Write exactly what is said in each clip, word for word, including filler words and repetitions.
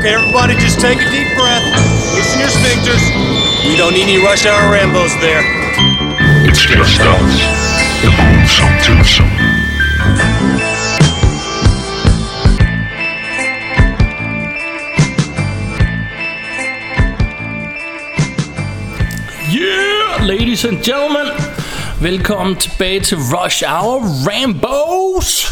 Okay, everybody just take a deep breath. Loosen your sphincters. We don't need any rush hour Rambos there. It's just us. The wholesome twosome. Yeah, ladies and gentlemen. Velkommen tilbage til Rush Hour Rambos.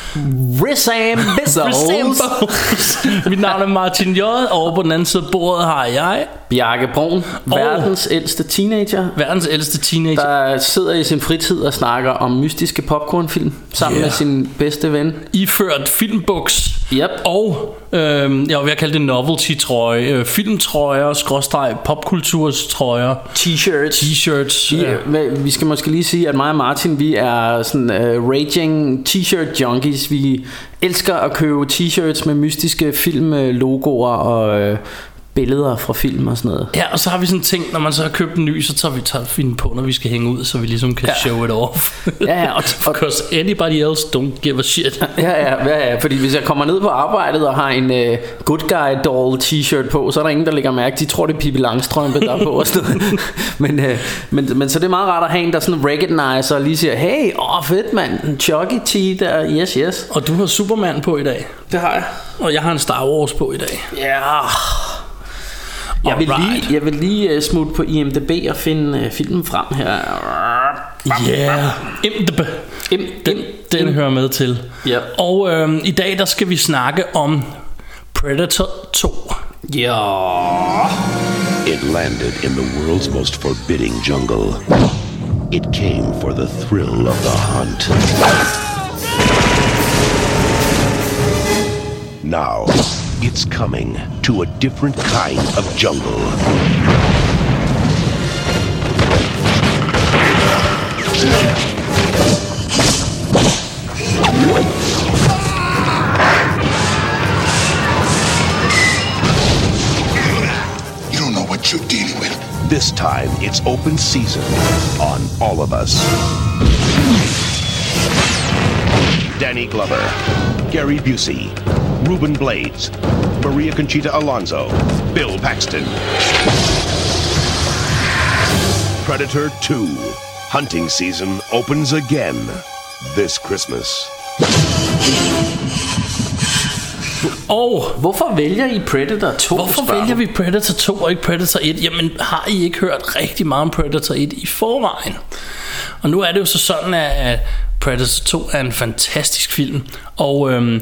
Rissambos. Mit navn er Martin J. Og på den anden side af bordet har jeg Bjarke Brun, verdens ældste teenager. Verdens ældste teenager Der sidder i sin fritid og snakker om mystiske popcornfilm sammen Yeah. med sin bedste ven. iført filmbuks. Yep. Og øh, jeg vil kalde det novelty-trøje, øh, filmtrøjer, skråstreg, popkulturstrøjer, T-shirts. t-shirts. Vi, øh. vi skal måske lige sige, at mig og Martin, vi er sådan uh, raging t-shirt junkies. Vi elsker at købe t-shirts med mystiske filmlogoer og uh, billeder fra film og sådan noget. Ja, og så har vi sådan tænkt, når man så har købt en ny, så tager vi tager film på, når vi skal hænge ud, så vi ligesom kan ja. show it off. Ja, ja, og, Because anybody else don't give a shit. Ja, ja, ja, ja, fordi hvis jeg kommer ned på arbejdet og har en uh, Good Guy Doll t-shirt på, så er der ingen, der lægger mærke. De tror, det er Pippi Langstrømpe, der er på og sådan noget. men, uh, men, men så det er meget rart at have en, der sådan recognizer og lige siger, hey, åh oh, fedt mand, Chucky T der, yes, yes. Og du har Superman på i dag. Det har jeg. Og jeg har en Star Wars på i dag. Ja. Yeah. Jeg vil lige, jeg vil lige uh, smutte på I M D B og finde uh, filmen frem her. Yeah. I M D B. Den, den hører med til. Yep. Og øhm, i dag der skal vi snakke om Predator to. Ja. It landed in the world's most forbidding jungle. It came for the thrill of the hunt. Now, it's coming to a different kind of jungle. You don't know what you're dealing with. This time, it's open season on all of us. Danny Glover, Gary Busey, Ruben Blades, Maria Conchita Alonso, Bill Paxton. Predator two. Hunting season opens again this Christmas. Og hvorfor vælger I Predator to? Hvorfor vælger vi Predator to og ikke Predator et? Jamen, har I ikke hørt rigtig meget om Predator et i forvejen? Og nu er det jo så sådan, at Predator to er en fantastisk film. Og, øhm,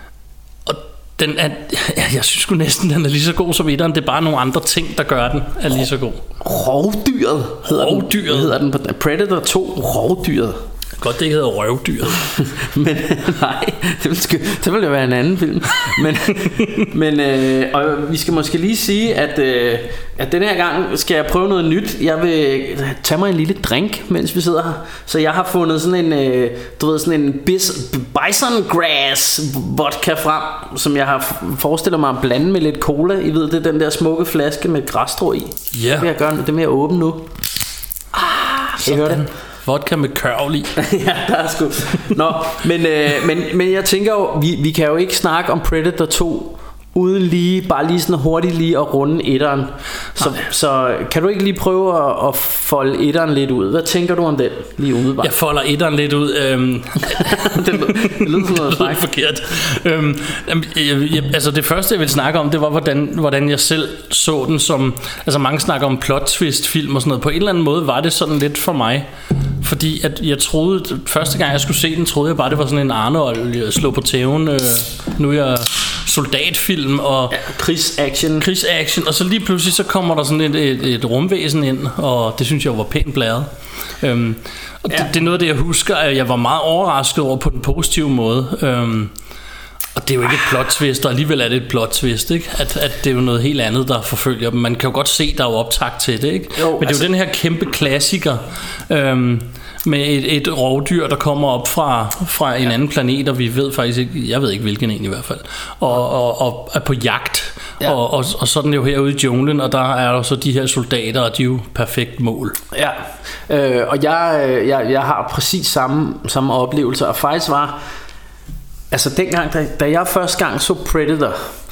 og den er, jeg synes sgu næsten, den er lige så god som etteren. Det er bare nogle andre ting, der gør den er lige så god. Rovdyret hedder Rovdyret. den, hedder den på Predator to. Rovdyret. Godt, det ikke hedder Røvdyret. Men nej, det ville, sku, det ville jo være en anden film. Men, men øh, og vi skal måske lige sige, at, øh, at den her gang skal jeg prøve noget nyt. Jeg vil tage mig en lille drink, mens vi sidder her. Så jeg har fundet sådan en, øh, du ved, sådan en bis, bison grass vodka frem, som jeg har forestillet mig at blande med lidt cola. I ved, det er den der smukke flaske med græsstrå i. Ja. Det vil jeg gøre, det med at åbne nu. Ah, kan I høre det? Vodka med kørvel i. Ja, der er sgu. Nå, men, øh, men, men jeg tænker jo, vi, vi kan jo ikke snakke om Predator to uden lige, bare lige sådan hurtigt lige at runde etteren. Så, så kan du ikke lige prøve at, at folde etteren lidt ud? Hvad tænker du om den lige umiddelbart? Jeg folder etteren lidt ud. Øhm. det lyder sådan noget det forkert. Øhm, jeg, jeg, altså det første jeg vil snakke om, det var hvordan, hvordan jeg selv så den som. Altså mange snakker om plot twist film og sådan noget. På en eller anden måde var det sådan lidt for mig. Fordi at jeg troede, første gang jeg skulle se den, troede jeg bare det var sådan en Arnold slå på tæven. Øh, nu er jeg soldatfilm og ja, krigsaction. Krigsaction, og så lige pludselig så kommer der sådan et, et, et rumvæsen ind, og det synes jeg var pænt blæret. Øhm, og ja. det, det er noget af det jeg husker, at jeg var meget overrasket over på den positive måde. Øhm, og det er jo ikke et plot twist, og alligevel er det et plot twist, ikke? At, at det er jo noget helt andet, der forfølger dem. Man kan jo godt se, der er jo optakt til det, ikke? Jo, Men det er altså jo den her kæmpe klassiker øhm, med et, et rovdyr, der kommer op fra, fra en ja. anden planet, og vi ved faktisk ikke, jeg ved ikke hvilken en i hvert fald, og, og, og er på jagt. Ja. Og, og, og så er den jo herude i junglen, og der er jo så de her soldater, og de er jo perfekt mål. Ja, øh, og jeg, jeg, jeg har præcis samme, samme oplevelse, og faktisk var, altså dengang, da, da jeg første gang så Predator,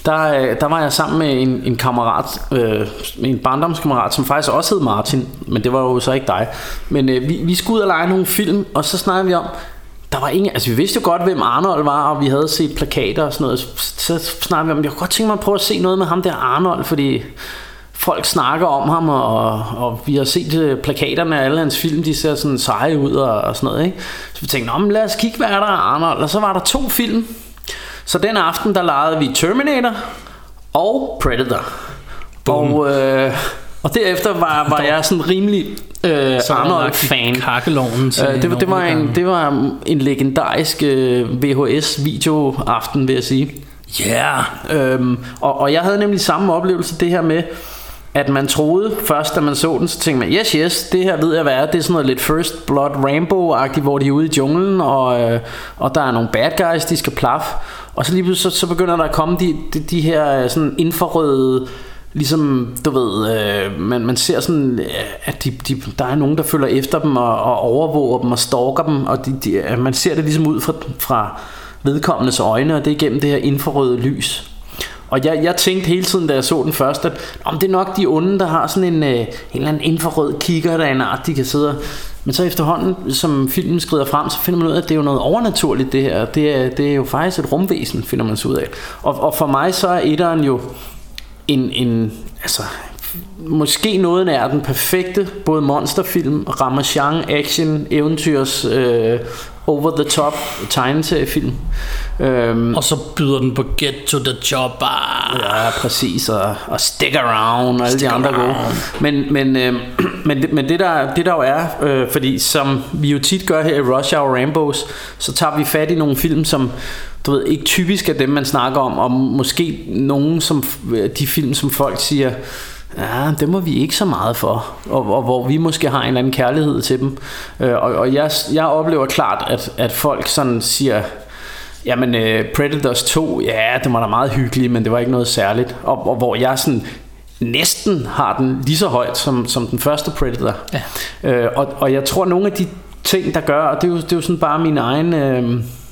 der, der var jeg sammen med en, en kammerat, øh, en barndomskammerat, som faktisk også hed Martin, men det var jo så ikke dig. Men øh, vi, vi skulle ud og lege nogle film, og så snakkede vi om, der var ingen, altså vi vidste jo godt, hvem Arnold var, og vi havde set plakater og sådan noget. Så snakkede vi om, jeg kunne godt tænke mig at prøve at se noget med ham der Arnold, fordi folk snakker om ham, og, og vi har set plakaterne af alle hans film, de ser sådan seje ud og, og sådan noget, ikke? Så vi tænkte, nå, men lad os kigge, hvad er der af Arnold. Og så var der to film. Så den aften, der legede vi Terminator og Predator. Og, øh, og derefter var, var jeg sådan rimelig øh, Arnold-fan. Kakkeloven. Øh, det, var, det, var en, det var en legendarisk øh, V H S-videoaften, vil jeg sige. Ja. Yeah. Øhm, og, og jeg havde nemlig samme oplevelse, det her med, at man troede først, da man så den, så tænkte man, yes, yes, det her ved jeg hvad er. Det er sådan noget lidt First Blood Rambo-agtigt, hvor de er ude i junglen, og, øh, og der er nogle bad guys, de skal plaffe. Og så lige pludselig, så, så begynder der at komme de, de, de her sådan infrarøde, ligesom, du ved, øh, man, man ser sådan, at de, de, der er nogen, der følger efter dem, og, og overvåger dem, og stalker dem, og de, de, man ser det ligesom ud fra, fra vedkommendes øjne, og det er gennem det her infrarøde lys. Og jeg, jeg tænkte hele tiden, da jeg så den først, at om det er nok de onde, der har sådan en, øh, en eller anden infrarød kigger, der er en art, de kan sidde. Men så efterhånden, som filmen skrider frem, så finder man ud af, at det er jo noget overnaturligt, det her. Det er, det er jo faktisk et rumvæsen, finder man så ud af. Og, og for mig så er etteren jo en, en altså, måske noget nær den perfekte, både monsterfilm, ramachan, action, eventyrs, øh, over the top tegneseriefilm. Øhm, og så byder den på Get to the Chopper. Ja, præcis, og, og Stick Around og alle de andre gode. Men, men, øh, men, det, men det, der, det der jo er, øh, fordi som vi jo tit gør her i Rush Hour Rambos, så tager vi fat i nogle film, som du ved, ikke typisk er dem, man snakker om, og måske nogen, som de film, som folk siger, ja, det må vi ikke så meget for, og, og hvor vi måske har en eller anden kærlighed til dem. øh, og, og jeg, jeg oplever klart, at, at folk sådan siger, jamen uh, Predators to, ja, det var da meget hyggeligt, men det var ikke noget særligt, og, og hvor jeg sådan næsten har den lige så højt som, som den første Predator. Ja. øh, og, og jeg tror nogle af de ting, der gør, og det er jo, det er jo sådan bare min egen øh,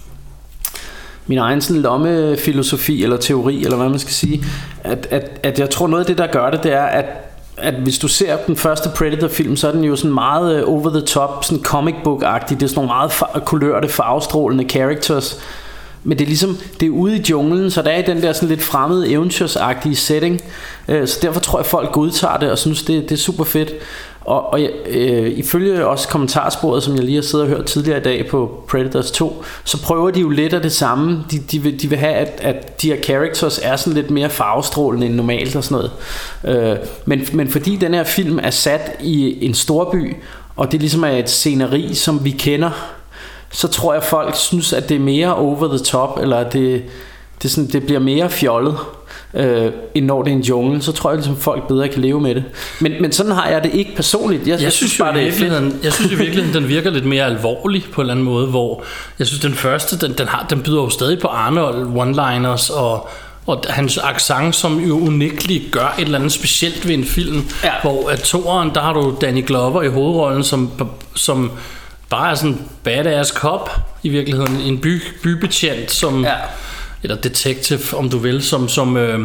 min egen sådan lommefilosofi eller teori, eller hvad man skal sige, at, at, at jeg tror noget af det, der gør det, det er, at, at hvis du ser den første Predator-film, så er den jo sådan meget over the top, sådan comic book-agtig. Det er sådan nogle meget far- kulørte, farvestrålende characters. Men det er ligesom, det er ude i junglen, så der er den der sådan lidt fremmede eventyrsagtige setting. Så derfor tror jeg, folk godtager det og synes, det, det er super fedt. Og, og øh, ifølge også kommentarsporet, som jeg lige har siddet og hørt tidligere i dag på Predators to, så prøver de jo lidt af det samme. De, de, vil, de vil have, at, at de her characters er sådan lidt mere farvestrålende end normalt og sådan noget. Øh, men, men fordi den her film er sat i en storby, og det ligesom er et sceneri, som vi kender, så tror jeg, folk synes, at det er mere over the top, eller at det, det, sådan, det bliver mere fjollet. Øh, end når det er en jungle, så tror jeg ligesom folk bedre kan leve med det. Men, men sådan har jeg det ikke personligt. Jeg, jeg, jeg synes, synes bare det er fedt. Jeg synes i virkeligheden den virker lidt mere alvorlig på en eller anden måde, hvor jeg synes den første den, den, har, den byder jo stadig på Arnold one-liners og, og hans accent, som jo unægteligt gør et eller andet specielt ved en film. Ja. Hvor at toeren, der har du Danny Glover i hovedrollen, som, som bare er sådan badass cop i virkeligheden, en by, bybetjent, som ja. Eller detektiv, om du vil, som, som, øh,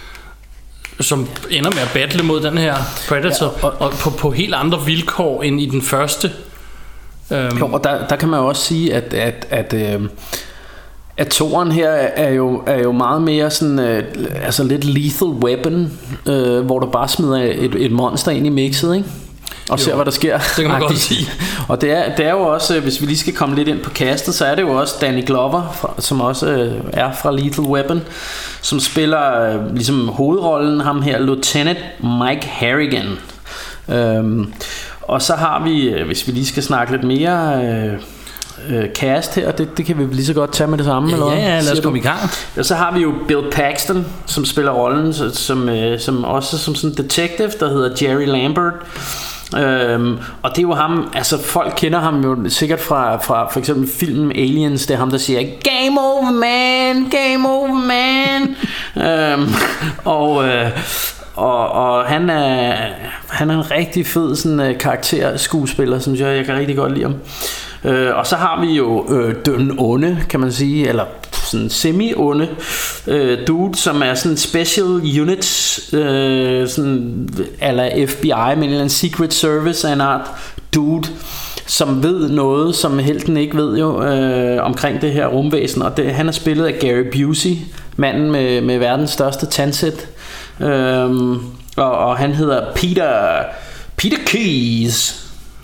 som ender med at battle mod den her Predator, ja, og, og på, på helt andre vilkår end i den første. Um. Jo, og der, der kan man jo også sige, at, at, at, øh, at toren her er jo, er jo meget mere sådan, øh, altså lidt lethal weapon, øh, hvor du bare smider et, et monster ind i mixet, ikke? Og ser hvad der sker. Det kan man godt sige. Og det er, det er jo også, hvis vi lige skal komme lidt ind på castet, så er det jo også Danny Glover, fra, som også øh, er fra Lethal Weapon, som spiller øh, ligesom hovedrollen, ham her Lieutenant Mike Harrigan. øhm, Og så har vi, hvis vi lige skal snakke lidt mere øh, øh, cast her, det, det kan vi lige så godt tage med det samme. Ja, eller ja, ja, lad os komme i gang. Og så har vi jo Bill Paxton, som spiller rollen som, øh, som også som sådan en detective, der hedder Jerry Lambert. Øhm, og det er jo ham, altså folk kender ham jo sikkert fra, fra for eksempel filmen Aliens. Det er ham, der siger game over man, game over man. øhm, og, øh, og, og han er han er en rigtig fed sådan, uh, karakterskuespiller, synes jeg. Jeg kan rigtig godt lide ham. øh, Og så har vi jo øh, den onde, kan man sige, eller sådan semi-onde øh, dude, som er sådan special unit, øh, sådan a la F B I, men en eller anden secret service af en art dude, som ved noget, som helten ikke ved jo, øh, omkring det her rumvæsen. Og det, han er spillet af Gary Busey, manden med, med verdens største tandsæt. Øhm, og, og han hedder Peter Peter Keyes.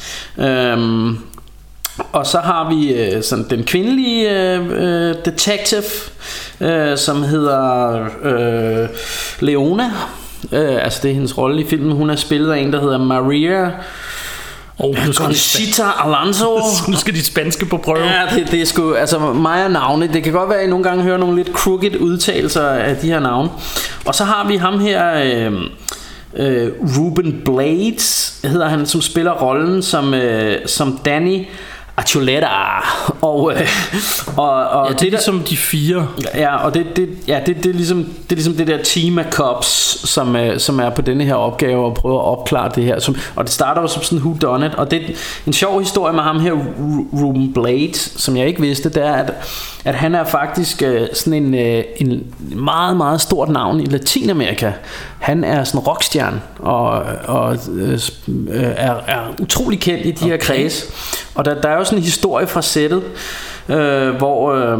Øhm, og så har vi øh, sådan den kvindelige øh, detective, øh, som hedder øh, Leona. øh, Altså det er hendes rolle i filmen. Hun er spillet af en, der hedder Maria Oh, nu skal Conchita Alonso. Nu skal de spanske på prøve. Ja, det, det er sgu, altså mig og navne. Det kan godt være, at I nogle gange hører nogle lidt crooked udtalelser af de her navne. Og så har vi ham her, øh, øh, Ruben Blades hedder han, som spiller rollen som, øh, som Danny Archuleta. Og, øh, og, og ja, det er det, ligesom de fire. Ja, og det, det, ja, det, det, er ligesom, det er ligesom det der team af cops, som, øh, som er på denne her opgave og prøver at opklare det her. Som, og det starter jo som sådan who done it. Og det er en sjov historie med ham her, Ruben Blades, som jeg ikke vidste, det er, at, at han er faktisk øh, sådan en, øh, en meget, meget stort navn i Latinamerika. Han er sådan en rockstjerne og, og øh, er, er utrolig kendt i de okay. her kreds. Og der, der er jo sådan en historie fra sættet, øh, hvor, øh,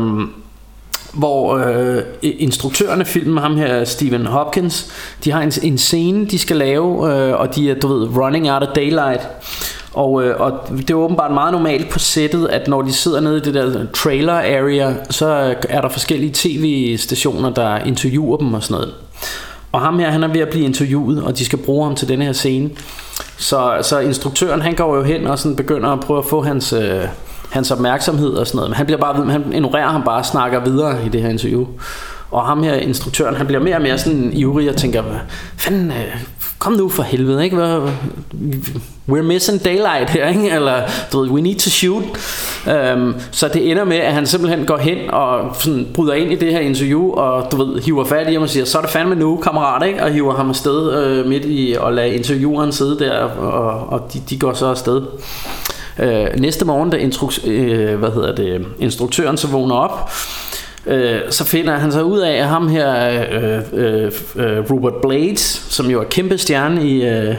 hvor øh, instruktøren af filmen, ham her Stephen Hopkins, de har en, en scene, de skal lave, øh, og de er, du ved, running out of daylight. Og, øh, og det er åbenbart meget normalt på sættet, at når de sidder nede i det der trailer area, så er der forskellige tv-stationer, der interviewer dem og sådan noget. Og ham her, han er ved at blive interviewet, og de skal bruge ham til denne her scene. Så, så instruktøren, han går jo hen og sådan begynder at prøve at få hans, øh, hans opmærksomhed og sådan noget. Men han bliver bare ved, han ignorerer ham bare og snakker videre i det her interview. Og ham her, instruktøren, han bliver mere og mere sådan ivrig og tænker, fanden, øh, kom nu for helvede, ikke? We're missing daylight her, ikke? Eller, du ved, we need to shoot. Um, så det ender med, at han simpelthen går hen og sådan bryder ind i det her interview, og du ved, hiver fat i ham og siger, så er det fandme nu, kammerat, ikke? Og hiver ham afsted øh, midt i, og lader intervieweren sidde der, og, og de, de går så afsted. Øh, næste morgen, da instru- øh, hvad hedder det, instruktøren så vågner op, Øh, så finder han sig ud af, at ham her øh, øh, øh, Robert Blades, som jo er kæmpe stjerne i, øh,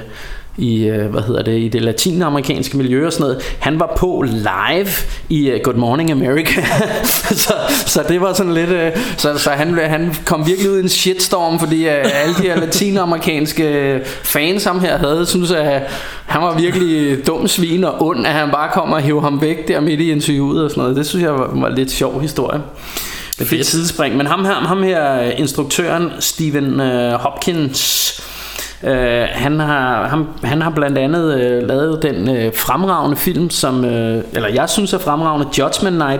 i øh, hvad hedder det, i det latinamerikanske miljø og sådan noget, han var på live i uh, Good Morning America. så, så det var sådan lidt øh, så, så han, han kom virkelig ud i en shitstorm, fordi øh, alle de her latinamerikanske fans ham her havde synes at han var virkelig dum svin og ond, at han bare kom og hævde ham væk der midt i interviewet og sådan noget. Det synes jeg var, var lidt sjov historie. Det er et tidsspring. Men ham her, ham her instruktøren Stephen uh, Hopkins, uh, han, har, ham, han har blandt andet uh, lavet den uh, fremragende film, som, uh, eller jeg synes er fremragende, Judgment Night.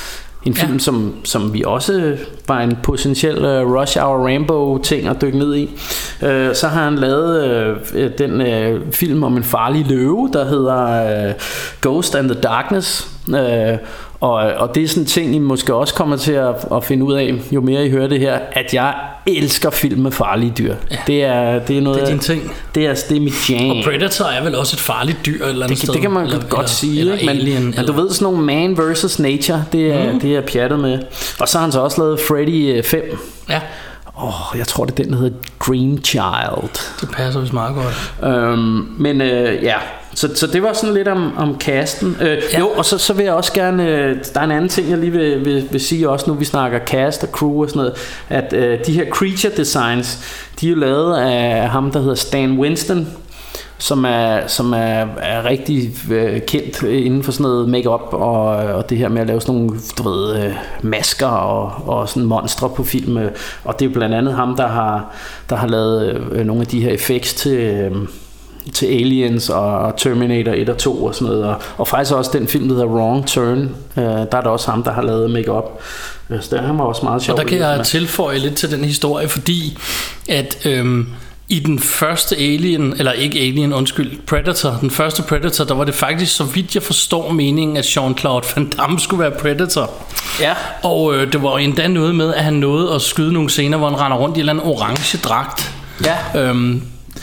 En film, ja. som, som vi også var en potentiel uh, Rush Hour Rambo ting at dykke ned i. uh, Så har han lavet uh, den uh, film om en farlig løve, der hedder uh, Ghost and the Darkness. uh, Og, og det er sådan en ting, I måske også kommer til at, at finde ud af, jo mere I hører det her, at jeg elsker film med farlige dyr. Ja. Det er det er noget. Det er din ting. Det er det er mit jam. Og Predator er vel også et farligt dyr et eller andet det, sted. Det kan man eller, godt eller, sige, eller ikke? Men, alien, men eller... du ved sådan nogle man versus nature, det er mm. det er pjattet med. Og så har han så også lavet Freddy fem. Ja. Åh, oh, jeg tror det er den der hedder Green Child. Det passer vist meget godt. øhm, Men øh, ja. Så, så det var sådan lidt om, om casten. øh, ja. Jo, og så, så vil jeg også gerne øh, der er en anden ting jeg lige vil, vil, vil sige også, nu vi snakker cast og crew og sådan noget, at øh, de her creature designs, de er jo lavet af ham der hedder Stan Winston, som er, som er, er rigtig øh, kendt inden for sådan noget make-up og, og det her med at lave sådan nogle, du ved, øh, masker og, og sådan monstre på film. Og det er blandt andet ham der har, der har lavet øh, nogle af de her effects til øh, til Aliens og Terminator et og to og sådan noget, og, og faktisk også den film der hedder Wrong Turn, øh, der er det også ham der har lavet make-up, så der han var også meget sjov. Og der kan jeg tilføje lidt til den historie, fordi at øhm, i den første Alien, eller ikke Alien, undskyld, Predator, den første Predator, der var det faktisk, så vidt jeg forstår meningen, at Jean-Claude Van Damme skulle være Predator. Ja. Og øh, det var endda noget med, at han nåede at skyde nogle scener, hvor han render rundt i en eller anden orange dragt. Ja. Øhm,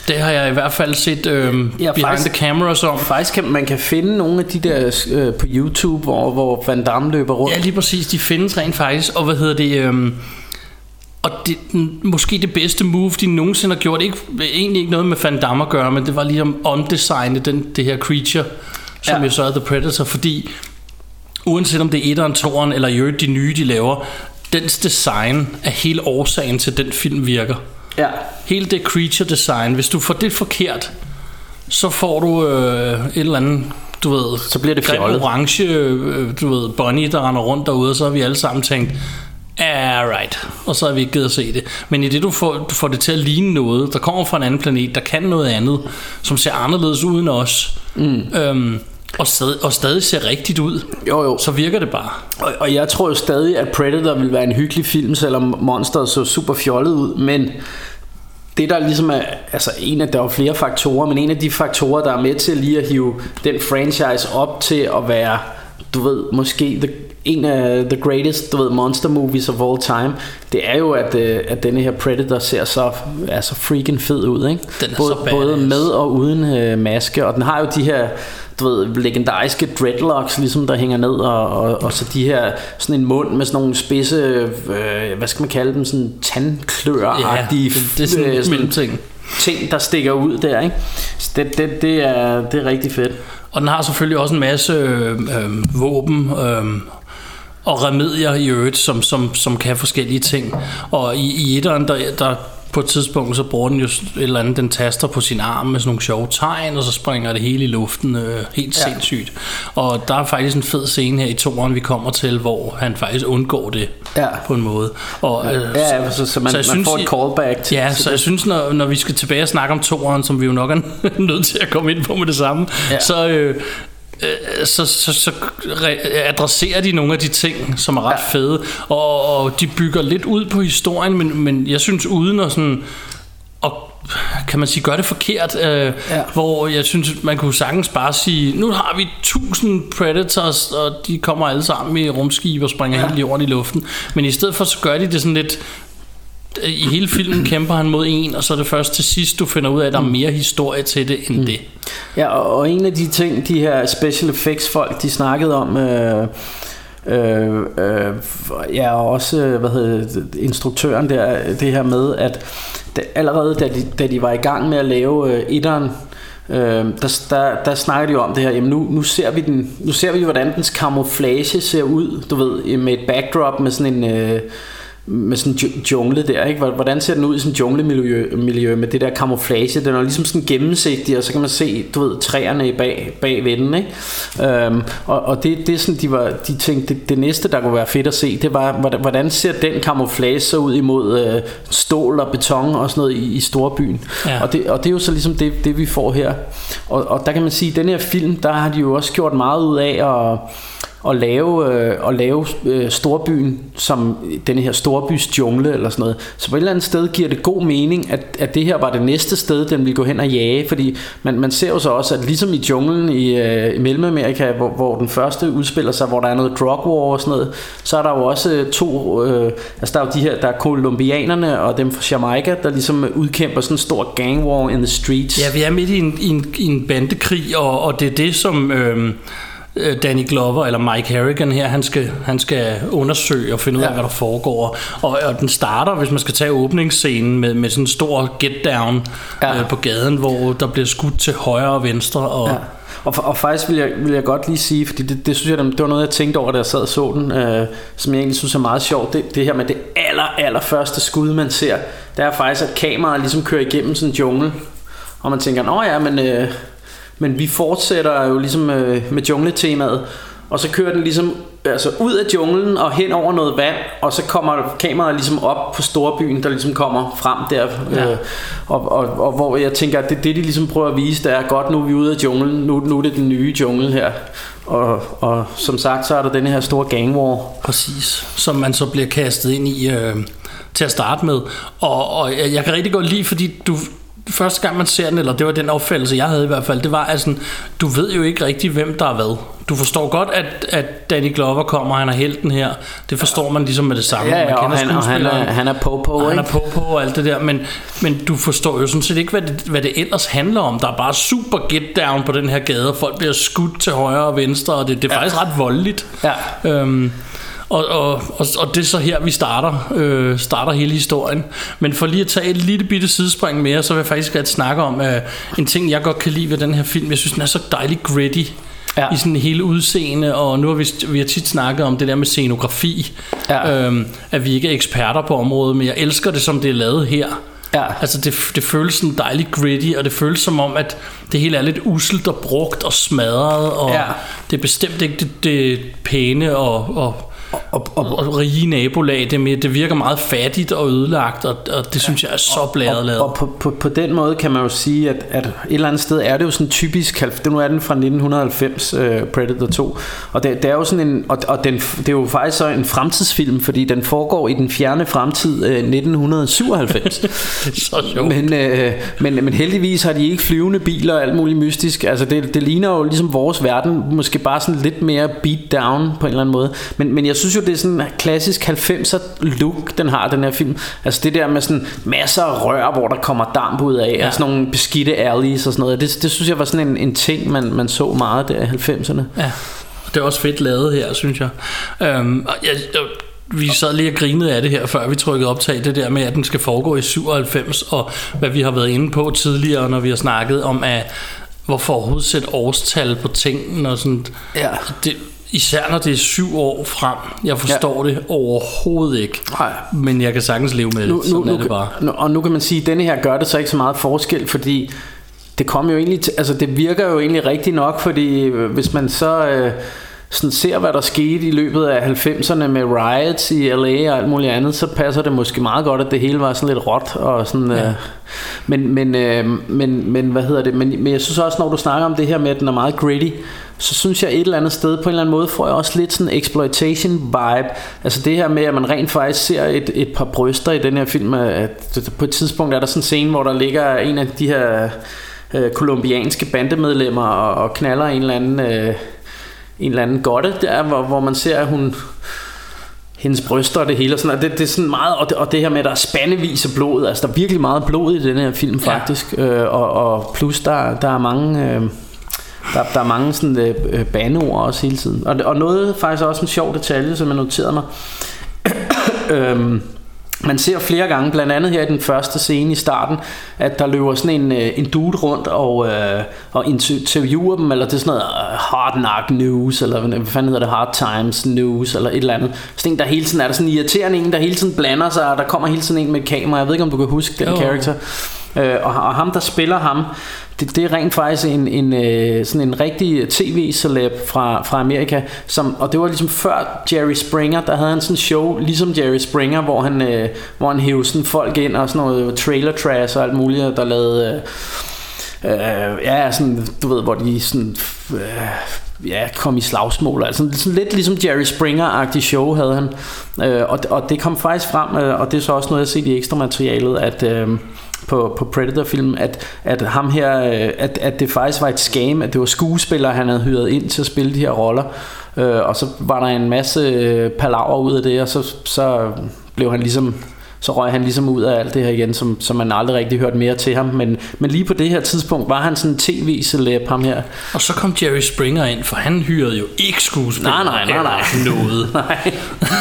Det har jeg i hvert fald set øh, Ja, behind faktisk- the cameras om. Faktisk kan man kan finde nogle af de der øh, på YouTube, hvor, hvor Van Damme løber rundt. Ja, lige præcis. De findes rent faktisk. Og hvad hedder det... Øh, og det, måske det bedste move, de nogensinde har gjort, ikke, egentlig ikke noget med Van Damme at gøre, men det var lige om omdesigne den, det her creature, som Ja. jo så er The Predator, fordi uanset om det er etteren, toeren eller i øvrigt de nye, de laver, dens design er hele årsagen til, den film virker. Ja. Hele det creature design, hvis du får det forkert, så får du øh, et eller andet, du ved, Så bliver det grim fjollet. orange, øh, du ved, bunny, der render rundt derude, og så har vi alle sammen tænkt, alright, og så har vi ikke givet at se det. Men i det du får, du får det til at ligne noget, der kommer fra en anden planet, der kan noget andet, som ser anderledes ud end os, mm. øhm, og, stadig, og stadig ser rigtigt ud, Jo, jo. så virker det bare. Og, og jeg tror jo stadig, at Predator vil være en hyggelig film, selvom monsteret så super fjollet ud, men det der ligesom er, altså en af, der er jo flere faktorer, men en af de faktorer, der er med til lige at hive den franchise op til at være, du ved, måske the, en af the greatest, du ved, monster movies of all time, det er jo, at, at denne her Predator ser så altså freaking fed ud, ikke? Den er både, så badass. både med og uden øh, maske, og den har jo de her, du ved, legendariske dreadlocks, ligesom der hænger ned, og, og, og så de her, sådan en mund med sådan nogle spidse, øh, hvad skal man kalde dem, sådan tandklør-agtige, det, det er sådan øh, en mellemting. ting, der stikker ud der, ikke? Så det, det, det, er, det er rigtig fedt. Og den har selvfølgelig også en masse øh, øh, våben øh, og remedier i øvrigt, som, som, som kan forskellige ting. Og i, i etteren, der, der på et tidspunkt, så bruger den jo et eller andet, den taster på sin arm med sådan nogle sjove tegn, og så springer det hele i luften øh, helt Ja. sindssygt. Og der er faktisk en fed scene her i toeren, vi kommer til, hvor han faktisk undgår det Ja. på en måde. Og, øh, Ja, så, så man, så jeg man synes, får et I- callback til. Ja, til så jeg det. synes, når, når vi skal tilbage og snakke om toeren, som vi jo nok er nødt til at komme ind på med det samme, Ja. så, øh, øh, så, så, så re- adresserer de nogle af de ting, som er ret Ja. fede, og, og de bygger lidt ud på historien, men, men jeg synes uden at sådan... Og kan man sige, gør det forkert, øh, Ja. hvor jeg synes, man kunne sagtens bare sige, nu har vi tusind Predators, og de kommer alle sammen i rumskib og springer ja. helt jorden i luften. Men i stedet for, så gør de det sådan lidt, i hele filmen kæmper han mod en, og så er det først til sidst, du finder ud af, at der er mere historie til det, end mm. det. Ja, og, og en af de ting, de her special effects folk, de snakkede om, øh, øh, øh, ja, og også, øh, hvad hedder det, instruktøren der, det her med, at da, allerede da de, da de var i gang med at lave øh, etteren, øh, der, der, der snakker de jo om det her, jamen nu, nu ser vi den, nu ser vi hvordan dens camouflage ser ud, du ved, med et backdrop med sådan en øh, med sådan en jungle der, ikke? Hvordan ser den ud i sådan en junglemiljø miljø med det der camouflage? Den er ligesom sådan gennemsigtig, og så kan man se, du ved, træerne i bag, bag ved den, ikke? Øhm, og, og det, det er sådan, de, var, de tænkte, det, det næste, der kunne være fedt at se, det var, hvordan, hvordan ser den camouflage så ud imod øh, stål og beton og sådan noget i, i storbyen? Ja. Og, det, og det er jo så ligesom det, det vi får her. Og, og der kan man sige, at den her film, der har de jo også gjort meget ud af at at lave, øh, at lave øh, storbyen som den her storbys jungle eller sådan noget. Så på et eller andet sted giver det god mening, at, at det her var det næste sted, den ville gå hen og jage, fordi man, man ser jo så også, at ligesom i junglen i, øh, i Mellemamerika, hvor, hvor den første udspiller sig, hvor der er noget drug war og sådan noget, så er der jo også to, øh, altså der er jo de her, der er kolumbianerne og dem fra Jamaica, der ligesom udkæmper sådan en stor gang war in the streets. Ja, vi er midt i en, i en, i en bandekrig, og, og det er det, som... Øh, Danny Glover eller Mike Harrigan her, han skal, han skal undersøge og finde ud af, ja. hvad der foregår. Og, og den starter, hvis man skal tage åbningsscenen med, med sådan en stor get down ja. øh, på gaden, hvor der bliver skudt til højre og venstre. Og, ja. og, og faktisk vil jeg, vil jeg godt lige sige, fordi det, det synes jeg, det var noget, jeg tænkte over, da jeg sad og så den, øh, som jeg egentlig synes er meget sjovt. Det, det her med det aller, aller første skud, man ser, det er faktisk, at kameraet ligesom kører igennem sådan en jungle, og man tænker, nå ja, men... Øh, Men vi fortsætter jo ligesom øh, med jungletemaet, og så kører den ligesom altså ud af junglen og hen over noget vand, og så kommer kameraet ligesom op på storbyen, der ligesom kommer frem der, ja. øh, og, og, og hvor jeg tænker, at det, det de ligesom prøver at vise, det er godt, nu er vi ude af junglen, nu, nu er det den nye jungle her, og, og som sagt, så er der den her store gang war. Præcis, som man så bliver kastet ind i øh, til at starte med, og, og jeg, jeg kan rigtig godt lide, fordi du første gang man ser den, eller det var den opfattelse jeg havde i hvert fald, det var altså, du ved jo ikke rigtig hvem der er hvad. du forstår godt, at, at Danny Glover kommer, han er helten her. Det forstår man ligesom med det samme. Ja, ja, man og, han, og han, er, han er på-på, og han er på-på og alt det der, men, men du forstår jo sådan set ikke, hvad det, hvad det ellers handler om. Der er bare super get down på den her gade, og folk bliver skudt til højre og venstre, og det, det er faktisk ja. ret voldeligt. Ja. Øhm, Og, og, og, og det er så her vi starter øh, Starter hele historien. Men for lige at tage et lille bitte sidespring mere, så vil jeg faktisk gerne snakke om øh, en ting jeg godt kan lide ved den her film. Jeg synes den er så dejligt gritty, ja. I sådan hele udseende. Og nu har vi, vi har tit snakket om det der med scenografi, ja. øhm, at vi ikke er eksperter på området, men jeg elsker det som det er lavet her. Ja. Altså det, det føles sådan dejligt gritty, og det føles som om at det hele er lidt usselt og brugt og smadret, og ja. Det er bestemt ikke det, det pæne og, og Og, og, og rige nabolag. Det, med, det virker meget fattigt og ødelagt, og, og det synes jeg er så blæret lavet. Og, og på, på, på den måde kan man jo sige, at, at et eller andet sted er det jo sådan typisk, nu er den fra nitten halvfems, uh, Predator to, og det, det er jo sådan en, og, og den, det er jo faktisk så en fremtidsfilm, fordi den foregår i den fjerne fremtid, uh, nitten syvoghalvfems. Det er så sjovt. Men, uh, men, men heldigvis har de ikke flyvende biler og alt muligt mystisk. Altså det, det ligner jo ligesom vores verden, måske bare sådan lidt mere beat down på en eller anden måde. Men, men jeg synes jo, det er sådan en klassisk halvfemser look, den har, den her film. Altså det der med sådan masser af rør, hvor der kommer damp ud af, ja. Og sådan nogle beskidte alleys og sådan noget. Det, det synes jeg var sådan en, en ting, man, man så meget der i halvfemserne. Ja, det er også fedt lavet her, synes jeg. Øhm, jeg, jeg vi sad lige og grinede af det her, før vi trykkede optag, det der med, at den skal foregå i syvoghalvfems, og hvad vi har været inde på tidligere, når vi har snakket om, at hvorfor overhovedet sætte årstal på tingene og sådan. Ja. Det, især når det er syv år frem. Jeg forstår ja. Det overhovedet ikke. Nej. Men jeg kan sagtens leve med det. Nu, sådan nu, er det bare. Nu, og nu kan man sige, at denne her gør det så ikke så meget forskel, fordi det kommer jo egentlig til, altså det virker jo egentlig rigtigt nok, fordi hvis man så øh, sådan ser, hvad der skete i løbet af halvfemserne med riots i L A og alt muligt andet, så passer det måske meget godt, at det hele var sådan lidt råt og sådan. Ja. Øh, men men øh, men men hvad hedder det? Men, men jeg synes også, når du snakker om det her med, at den er meget gritty, så synes jeg et eller andet sted på en eller anden måde får jeg også lidt sådan exploitation vibe. Altså det her med, at man rent faktisk ser et, et par bryster i den her film, at på et tidspunkt er der sådan en scene, hvor der ligger en af de her øh, kolumbianske bandemedlemmer og, og knaller en eller anden øh, en eller anden godte der, hvor, hvor man ser, at hun hendes bryster og det hele og sådan, og det, det er sådan meget, og det, og det her med, at der er spandevis af blod, altså der er virkelig meget blod i den her film faktisk, ja. øh, og, og plus der, der er mange øh, der, der er mange sådan øh, bandeord også hele tiden, og, og noget faktisk også en sjov detalje, som jeg noterede mig. øhm, Man ser flere gange, blandt andet her i den første scene i starten, at der løber sådan en, en dude rundt og, øh, og interviewer dem, eller det er sådan noget Hard Knock News, eller hvad fanden hedder det, Hard Times News, eller et eller andet. Sådan en, der hele tiden er der sådan en irriterende en, der hele tiden blander sig, og der kommer hele tiden en med et kamera. Jeg ved ikke, om du kan huske den karakter. Øh, og, og ham, der spiller ham, det, det er rent faktisk en, en, øh, sådan en rigtig tv-celeb fra, fra Amerika, som, og det var ligesom før Jerry Springer, der havde han sådan en show, ligesom Jerry Springer, hvor han, øh, hvor han hævde sådan folk ind, og sådan noget trailer trash og alt muligt, der lavede, øh, øh, ja, sådan, du ved, hvor de sådan, øh, ja, kom i slagsmål, altså sådan lidt ligesom Jerry Springer-agtig show havde han, øh, og, og det kom faktisk frem, øh, og det er så også noget, jeg har set i ekstra materialet, at øh, på, på Predator-filmen, at, at ham her, at, at det faktisk var et scam, at det var skuespillere, han havde hyret ind til at spille de her roller, øh, og så var der en masse palaver ud af det, og så, så blev han ligesom, så røg han ligesom ud af alt det her igen, som, som man aldrig rigtig hørt mere til ham, men, men lige på det her tidspunkt var han sådan en tv-celeb, ham her. Og så kom Jerry Springer ind, for han hyrede jo ikke skuespillere. Nej, nej, nej, nej. Noget. Nej.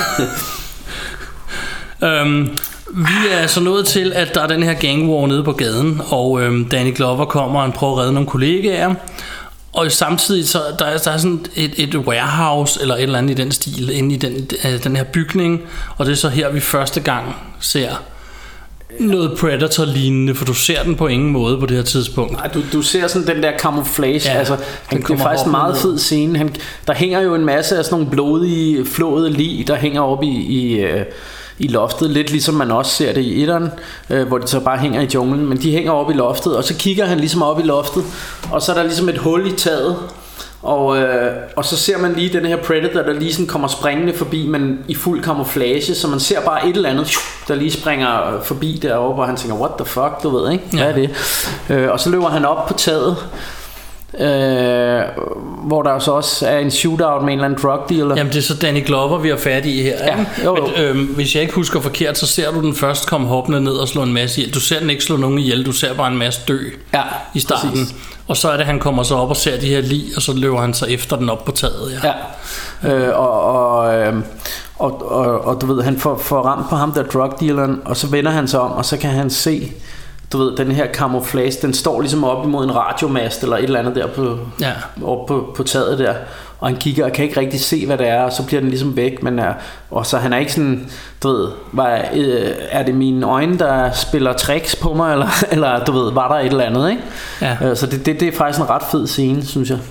øhm, Vi er så nået til, at der er den her gang war nede på gaden, og øhm, Danny Glover kommer, og han prøver at redde nogle kollegaer, og samtidig så der er der er sådan et, et warehouse eller et eller andet i den stil inde i den, øh, den her bygning, og det er så her vi første gang ser noget Predator-lignende, for du ser den på ingen måde på det her tidspunkt. Nej, du, du ser sådan den der camouflage, ja, altså han, det er faktisk en meget fed scene. Han, der hænger jo en masse af sådan nogle blodige, flåede lig, der hænger oppe i, i øh, i loftet, lidt ligesom man også ser det i etteren, øh, hvor de så bare hænger i junglen, men de hænger op i loftet, og så kigger han ligesom op i loftet, og så er der ligesom et hul i taget, og, øh, og så ser man lige den her Predator, der lige sådan kommer springende forbi, men i fuld camouflage, så man ser bare et eller andet, der lige springer forbi deroppe, og han tænker, what the fuck, du ved ikke, hvad ja. er det? Øh, og så løber han op på taget, Øh, hvor der så også er en shootout med en eller anden drug dealer. Jamen det er så Danny Glover vi har fat i her, ja, jo, jo. Men, øhm, hvis jeg ikke husker forkert, så ser du den først komme hoppende ned og slå en masse ihjel. Du ser den ikke slå nogen ihjel, du ser bare en masse dø ja, i starten præcis. Og så er det han kommer så op og ser de her lig, og så løber han så efter den op på taget. Ja, ja. Øh, og, og, øh, og, og, og du ved, han får, får ramt på ham der drug dealeren, og så vender han sig om, og så kan han se, du ved, den her camouflage, den står ligesom op imod en radiomast eller et eller andet der på, ja. op på, på taget der, og han kigger og kan ikke rigtig se hvad det er, og så bliver den ligesom væk, men er, og så han er ikke sådan, du ved, var, øh, er det mine øjne der spiller tricks på mig, eller, eller du ved, var der et eller andet, ikke? Ja. Øh, så det, det, det er faktisk en ret fed scene, synes jeg.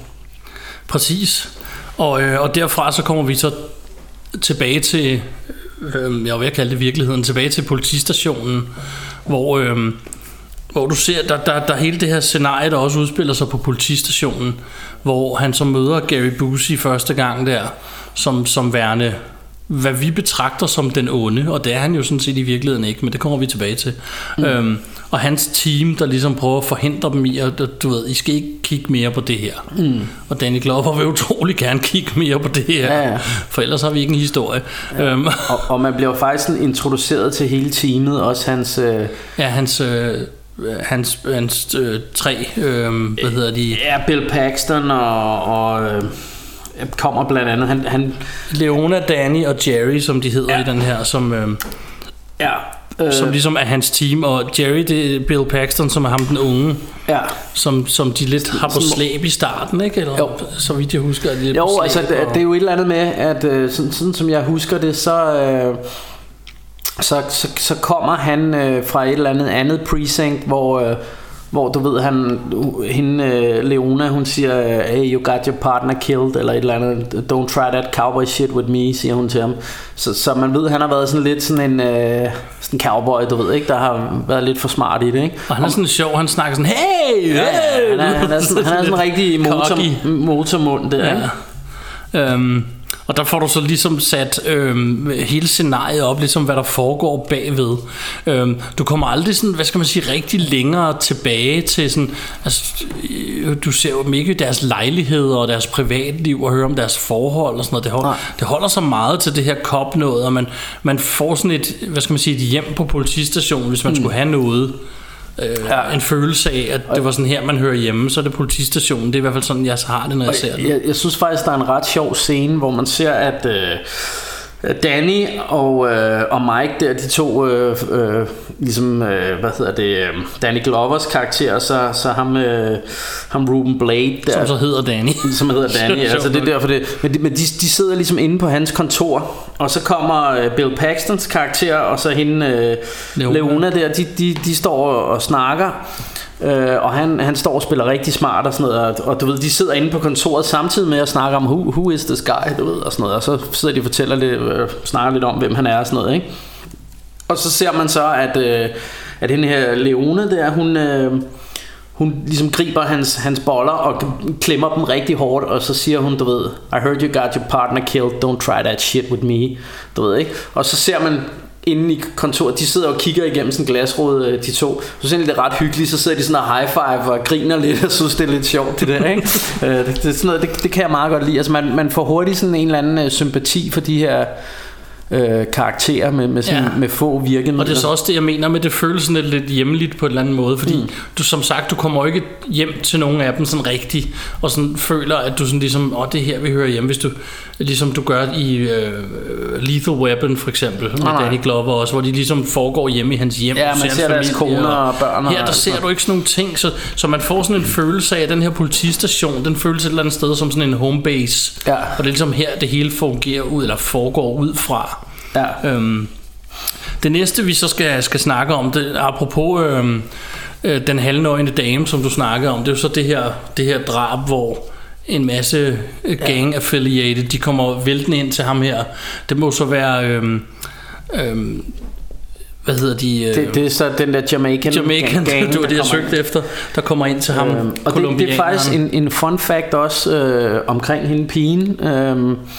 Præcis. Og, øh, og derfra så kommer vi så tilbage til, øh, jeg vil kalde det virkeligheden, tilbage til politistationen, hvor øh, hvor du ser, der, der, der hele det her scenarie, der også udspiller sig på politistationen, hvor han så møder Gary Busey første gang der, som, som værende, hvad vi betragter som den onde, og det er han jo sådan set i virkeligheden ikke, men det kommer vi tilbage til. Mm. Øhm, og hans team, der ligesom prøver at forhindre dem i, at du ved, I skal ikke kigge mere på det her. Mm. Og Danny Glover vil utrolig gerne kigge mere på det her, ja, ja. For ellers har vi ikke en historie. Ja. Øhm. Og, og man bliver faktisk introduceret til hele teamet, også hans... Øh... Ja, hans... Øh, hans, hans øh, tre øh, hvad hedder de? Ja, Bill Paxton og, og øh, kommer blandt andet han, han Leona, Danny og Jerry, som de hedder, ja. I den her, som øh, ja, øh, som ligesom er hans team, og Jerry, det er Bill Paxton, som er ham den unge, ja. som, som de lidt har på slæb i starten, ikke? Eller, jo. Så vidt jeg husker, det jo, altså det, og... det er jo et eller andet med, at øh, sådan, sådan som jeg husker det, så øh, Så, så, så kommer han øh, fra et eller andet andet precinct, hvor, øh, hvor du ved, han, hende, øh, Leona, hun siger, hey, you got your partner killed, eller et eller andet, don't try that cowboy shit with me, siger hun til ham. Så, så man ved, han har været sådan lidt sådan en øh, sådan cowboy, du ved ikke, der har været lidt for smart i det, ikke? Og han er sådan sjov, han snakker sådan, hey, ja, hey! Han er, han er sådan, han er sådan en rigtig motor, motormund der, ikke? Ja. Um. Og der får du så ligesom sat øhm, hele scenariet op, ligesom hvad der foregår bagved. Øhm, du kommer aldrig sådan, hvad skal man sige, rigtig længere tilbage til sådan, altså, du ser jo ikke deres lejligheder og deres privatliv og hører om deres forhold og sådan noget. Det holder, det holder så meget til det her cop noget, og man, man får sådan et, hvad skal man sige, et hjem på politistationen, hvis man mm. skulle have noget. Øh, ja. En følelse af, at det var sådan her man hører hjemme, så er det politistationen. Det er i hvert fald sådan jeg har det, når jeg ser det. jeg, jeg synes faktisk der er en ret sjov scene, hvor man ser at øh, Danny og, øh, og Mike der, de to øh, øh, ligesom øh, hvad hedder det, øh, Danny Glovers karakter, så, så ham, øh, ham Ruben Blade der, som så hedder Danny som hedder Danny, altså det er derfor det, men, de, men de, de sidder ligesom inde på hans kontor, og så kommer øh, Bill Paxtons karakter og så hende øh, Leona. Leona der, de, de, de står og snakker. Uh, og han, han står og spiller rigtig smart og sådan noget, og, og du ved, de sidder inde på kontoret samtidig med at snakke om who, who is this guy, du ved, og sådan noget, og så sidder de og fortæller lidt, uh, snakker lidt om hvem han er og sådan noget, ikke? Og så ser man så at uh, at den her Leona der, hun uh, hun ligesom griber hans, hans boller og klemmer dem rigtig hårdt, og så siger hun, du ved, I heard you got your partner killed, don't try that shit with me, du ved, ikke? Og så ser man inde i kontoret, de sidder og kigger igennem sådan en glasrude, de to. Så synes jeg, det er ret hyggeligt, så sidder de sådan og high five og griner lidt, og synes det er lidt sjovt det der, ikke? det, det, sådan noget, det, det kan jeg meget godt lide. Altså man, man får hurtigt sådan en eller anden uh, sympati for de her øh, karakterer med, med, sådan, ja. med få virkemidler. Og det er så også det jeg mener med, det føles sådan lidt hjemligt på en eller anden måde, fordi mm. du som sagt, du kommer jo ikke hjem til nogen af dem sådan rigtigt, og sådan føler at du sådan ligesom, åh, det her vi hører hjemme, hvis du ligesom du gør i øh, Lethal Weapon for eksempel med ah, Danny Glover også, hvor de ligesom foregår hjemme i hans hjem. Ja, man ser deres koner og børn. Her der ser du ikke sådan nogle ting, så, så man får sådan en følelse af, at den her politistation, den føles et eller andet sted som sådan en homebase, ja. Og det er ligesom her det hele fungerer ud, eller foregår ud fra. Ja. Øhm, det næste vi så skal, skal snakke om, det apropos øhm, øh, den halvnøgne dame, som du snakkede om, det er jo så det her, det her drab, hvor en masse gang-affiliated, de kommer væltende ind til ham her. Det må så være øhm, øhm, hvad hedder de? Øh, det, det er så den der Jamaican, Jamaican gang, det var det jeg søgte efter, der kommer ind til ham. Øhm, og det, det er faktisk en, en fun fact også øh, omkring hende pigen. Øhm,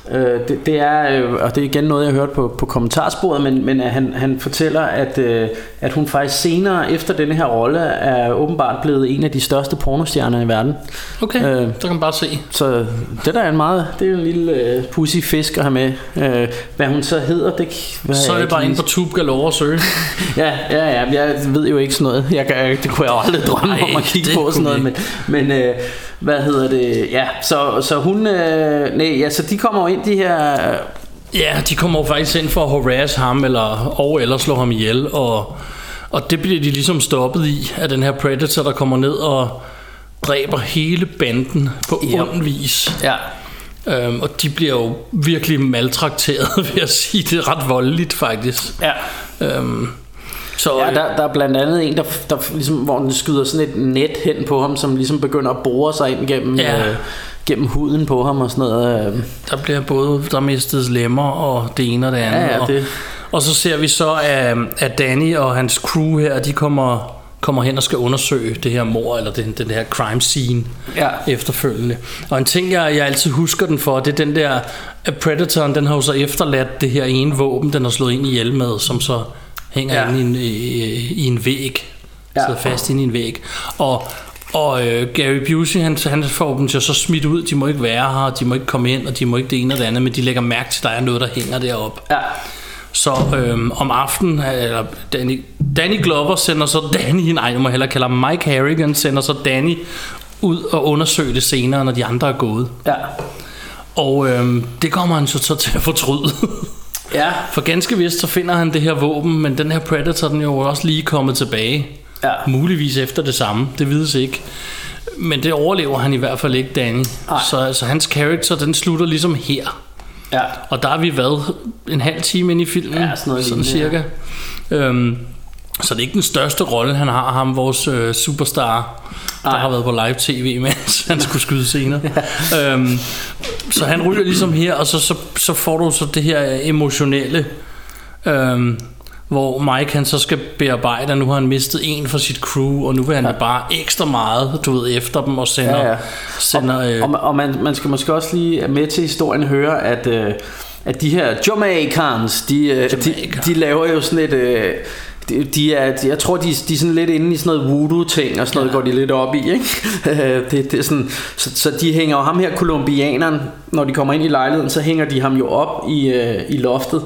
Øh, det, det er, øh, og det er igen noget, jeg har hørt på, på kommentarsporet, men, men han, han fortæller, at, øh, at hun faktisk senere, efter denne her rolle, er åbenbart blevet en af de største pornostjerner i verden. Okay, øh, så kan man bare se. Så det der er en meget, det er en lille øh, pussy fisk at have med. Øh, hvad hun så hedder, det hvad så er det bare inde på Tube Galore og søge. ja, ja, ja, jeg ved jo ikke sådan noget. Jeg, jeg, det kunne jeg aldrig drømme Ej, om at kigge på sådan noget, men, men øh, hvad hedder det? Ja, så, så hun, øh, nej, ja, så de kommer jo ind, de her. Ja, de kommer jo faktisk ind for at harass ham eller, og eller slå ham ihjel, og, og det bliver de ligesom stoppet i af den her Predator, der kommer ned og dræber hele banden på ja. ond vis. Ja. Øhm, og de bliver jo virkelig maltrakteret, vil jeg sige. Det er ret voldeligt faktisk. Ja. Øhm, så, ja, der, der er blandt andet en, der, der ligesom, hvor den skyder sådan et net hen på ham, som ligesom begynder at bore sig ind gennem, ja. øh, gennem huden på ham og sådan noget. Der bliver både, der mistes lemmer og det ene og det andet. Ja, ja, det. Og, og så ser vi så, at, at Danny og hans crew her, de kommer, kommer hen og skal undersøge det her mord, eller den, den her crime scene ja. efterfølgende. Og en ting, jeg, jeg altid husker den for, det er den der, at Predatoren, den har jo så efterladt det her ene våben, den har slået ind i ihjel med, som så hænger ja. inde i en, i, i en væg, ja. sidder fast inde i en væg. Og Og øh, Gary Busey, han, han får dem til så smidt ud. De må ikke være her, de må ikke komme ind, og de må ikke det ene og det andet, men de lægger mærke til, at der er noget, der hænger deroppe. Ja. Så øh, om aftenen, eller Danny, Danny Glover sender så Danny, nej, jeg må hellere kalde ham Mike Harrigan, sender så Danny ud og undersøge det senere, når de andre er gået. Ja. Og øh, det kommer han så, så til at fortryde. Ja. For ganske vist, så finder han det her våben, men den her Predator, den er jo også lige kommet tilbage. Ja. Muligvis efter det samme, det vides ikke. Men det overlever han i hvert fald ikke, Danny. Så altså, hans karakter, den slutter ligesom her. Ja. Og der har vi været en halv time inde i filmen, ja, sådan, sådan cirka. Ja. øhm, Så det er ikke den største rolle, han har, ham vores øh, superstar, der Ej. har været på live tv, mens han skulle skyde senere. Ja. øhm, Så han ryger ligesom her, og så, så, så får du så det her emotionelle, øhm, hvor Mike han så skal bearbejde, og nu har han mistet en for sit crew, og nu vil han ja. bare ekstra meget, du ved, efter dem og sender, ja, ja. sender øh... og, og man, man skal måske også lige med til historien høre, at øh, at de her Jamaicans, de, øh, de, de laver jo sådan et øh, de, de er, de, jeg tror de, de er sådan lidt inde i sådan noget voodoo ting og sådan noget, ja. går de lidt op i, ikke? det, det er sådan, så, så de hænger jo ham her kolumbianeren, når de kommer ind i lejligheden, så hænger de ham jo op i, øh, i loftet.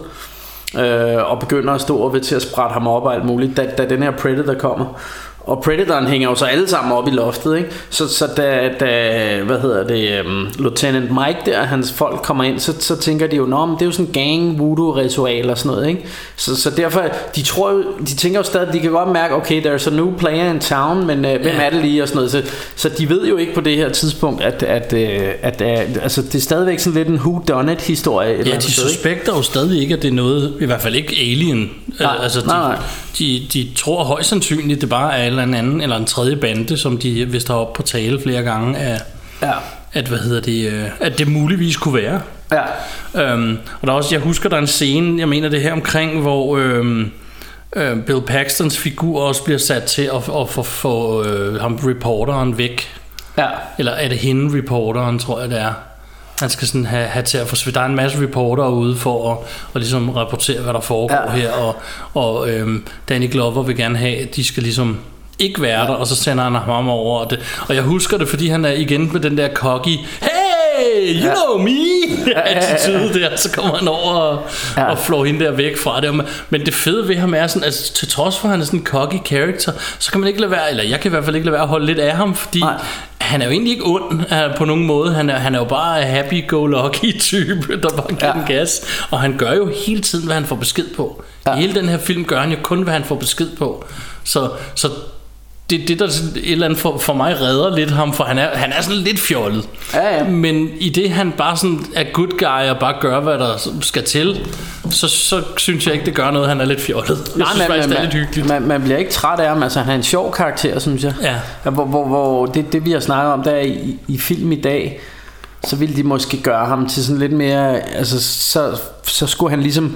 Øh, og begynder at stå og ved til at sprætte ham op og alt muligt, da, da den her Predator kommer. Og Predatoren hænger jo så alle sammen op i loftet, ikke? Så, så da, da, hvad hedder det, um, Lieutenant Mike der, hans folk kommer ind, så, så tænker de jo, nå, men det er jo sådan en gang voodoo-ritual og sådan noget, ikke? Så, så derfor, de tror jo, de tænker jo stadig, de kan godt mærke, okay, there's a new player in town, men uh, hvem ja. er det lige og sådan noget, så, så de ved jo ikke på det her tidspunkt, at, at, at, at, at altså, det er stadigvæk sådan lidt en whodunit-historie. Ja, de suspekter jo stadig ikke, at det er noget, i hvert fald ikke alien. Nej, altså, de, nej, nej. De, de tror højst sandsynligt, det bare er en eller anden eller en tredje bande, som de vist har op på tale flere gange af, ja. at hvad hedder det, at det muligvis kunne være. Ja. Øhm, og der er også, jeg husker der er en scene, jeg mener det her omkring, hvor øhm, øh, Bill Paxtons figur også bliver sat til at, at få, få øh, ham reporteren væk. Ja. Eller er det hende reporteren, tror jeg det er. Han skal sådan have, have til at forsvinde. Der er en masse reporter ude for at, at ligesom rapportere, hvad der foregår ja. her. Og, og øhm, Danny Glover vil gerne have, at de skal ligesom ikke være der, og så sender han ham over. Og, det, og jeg husker det, fordi han er igen med den der cocky, hey, you ja. know me, attitude der. Så kommer han over og, ja. og flår hende der væk fra det. Men det fede ved ham er sådan, at til trods for, at han er sådan en cocky character, så kan man ikke lade være, eller jeg kan i hvert fald ikke lade være at holde lidt af ham, fordi Nej. han er jo egentlig ikke ond uh, på nogen måde. Han er, han er jo bare en happy-go-lucky type, der bare giver den ja. gas. Og han gør jo hele tiden, hvad han får besked på. Ja. I hele den her film gør han jo kun, hvad han får besked på. Så, så det, det der et eller andet for, for mig redder lidt ham, for han er, han er sådan lidt fjollet. Ja, ja. Men i det han bare sådan er good guy og bare gør, hvad der skal til, så, så synes jeg ikke, det gør noget, han er lidt fjollet. Jeg Nej, synes man, faktisk, man, det er lidt hyggeligt. Man, man bliver ikke træt af ham, altså han er en sjov karakter, synes jeg. Ja. Hvor, hvor, hvor det, det vi har snakket om, der i, i film i dag, så ville de måske gøre ham til sådan lidt mere, altså så, så skulle han ligesom,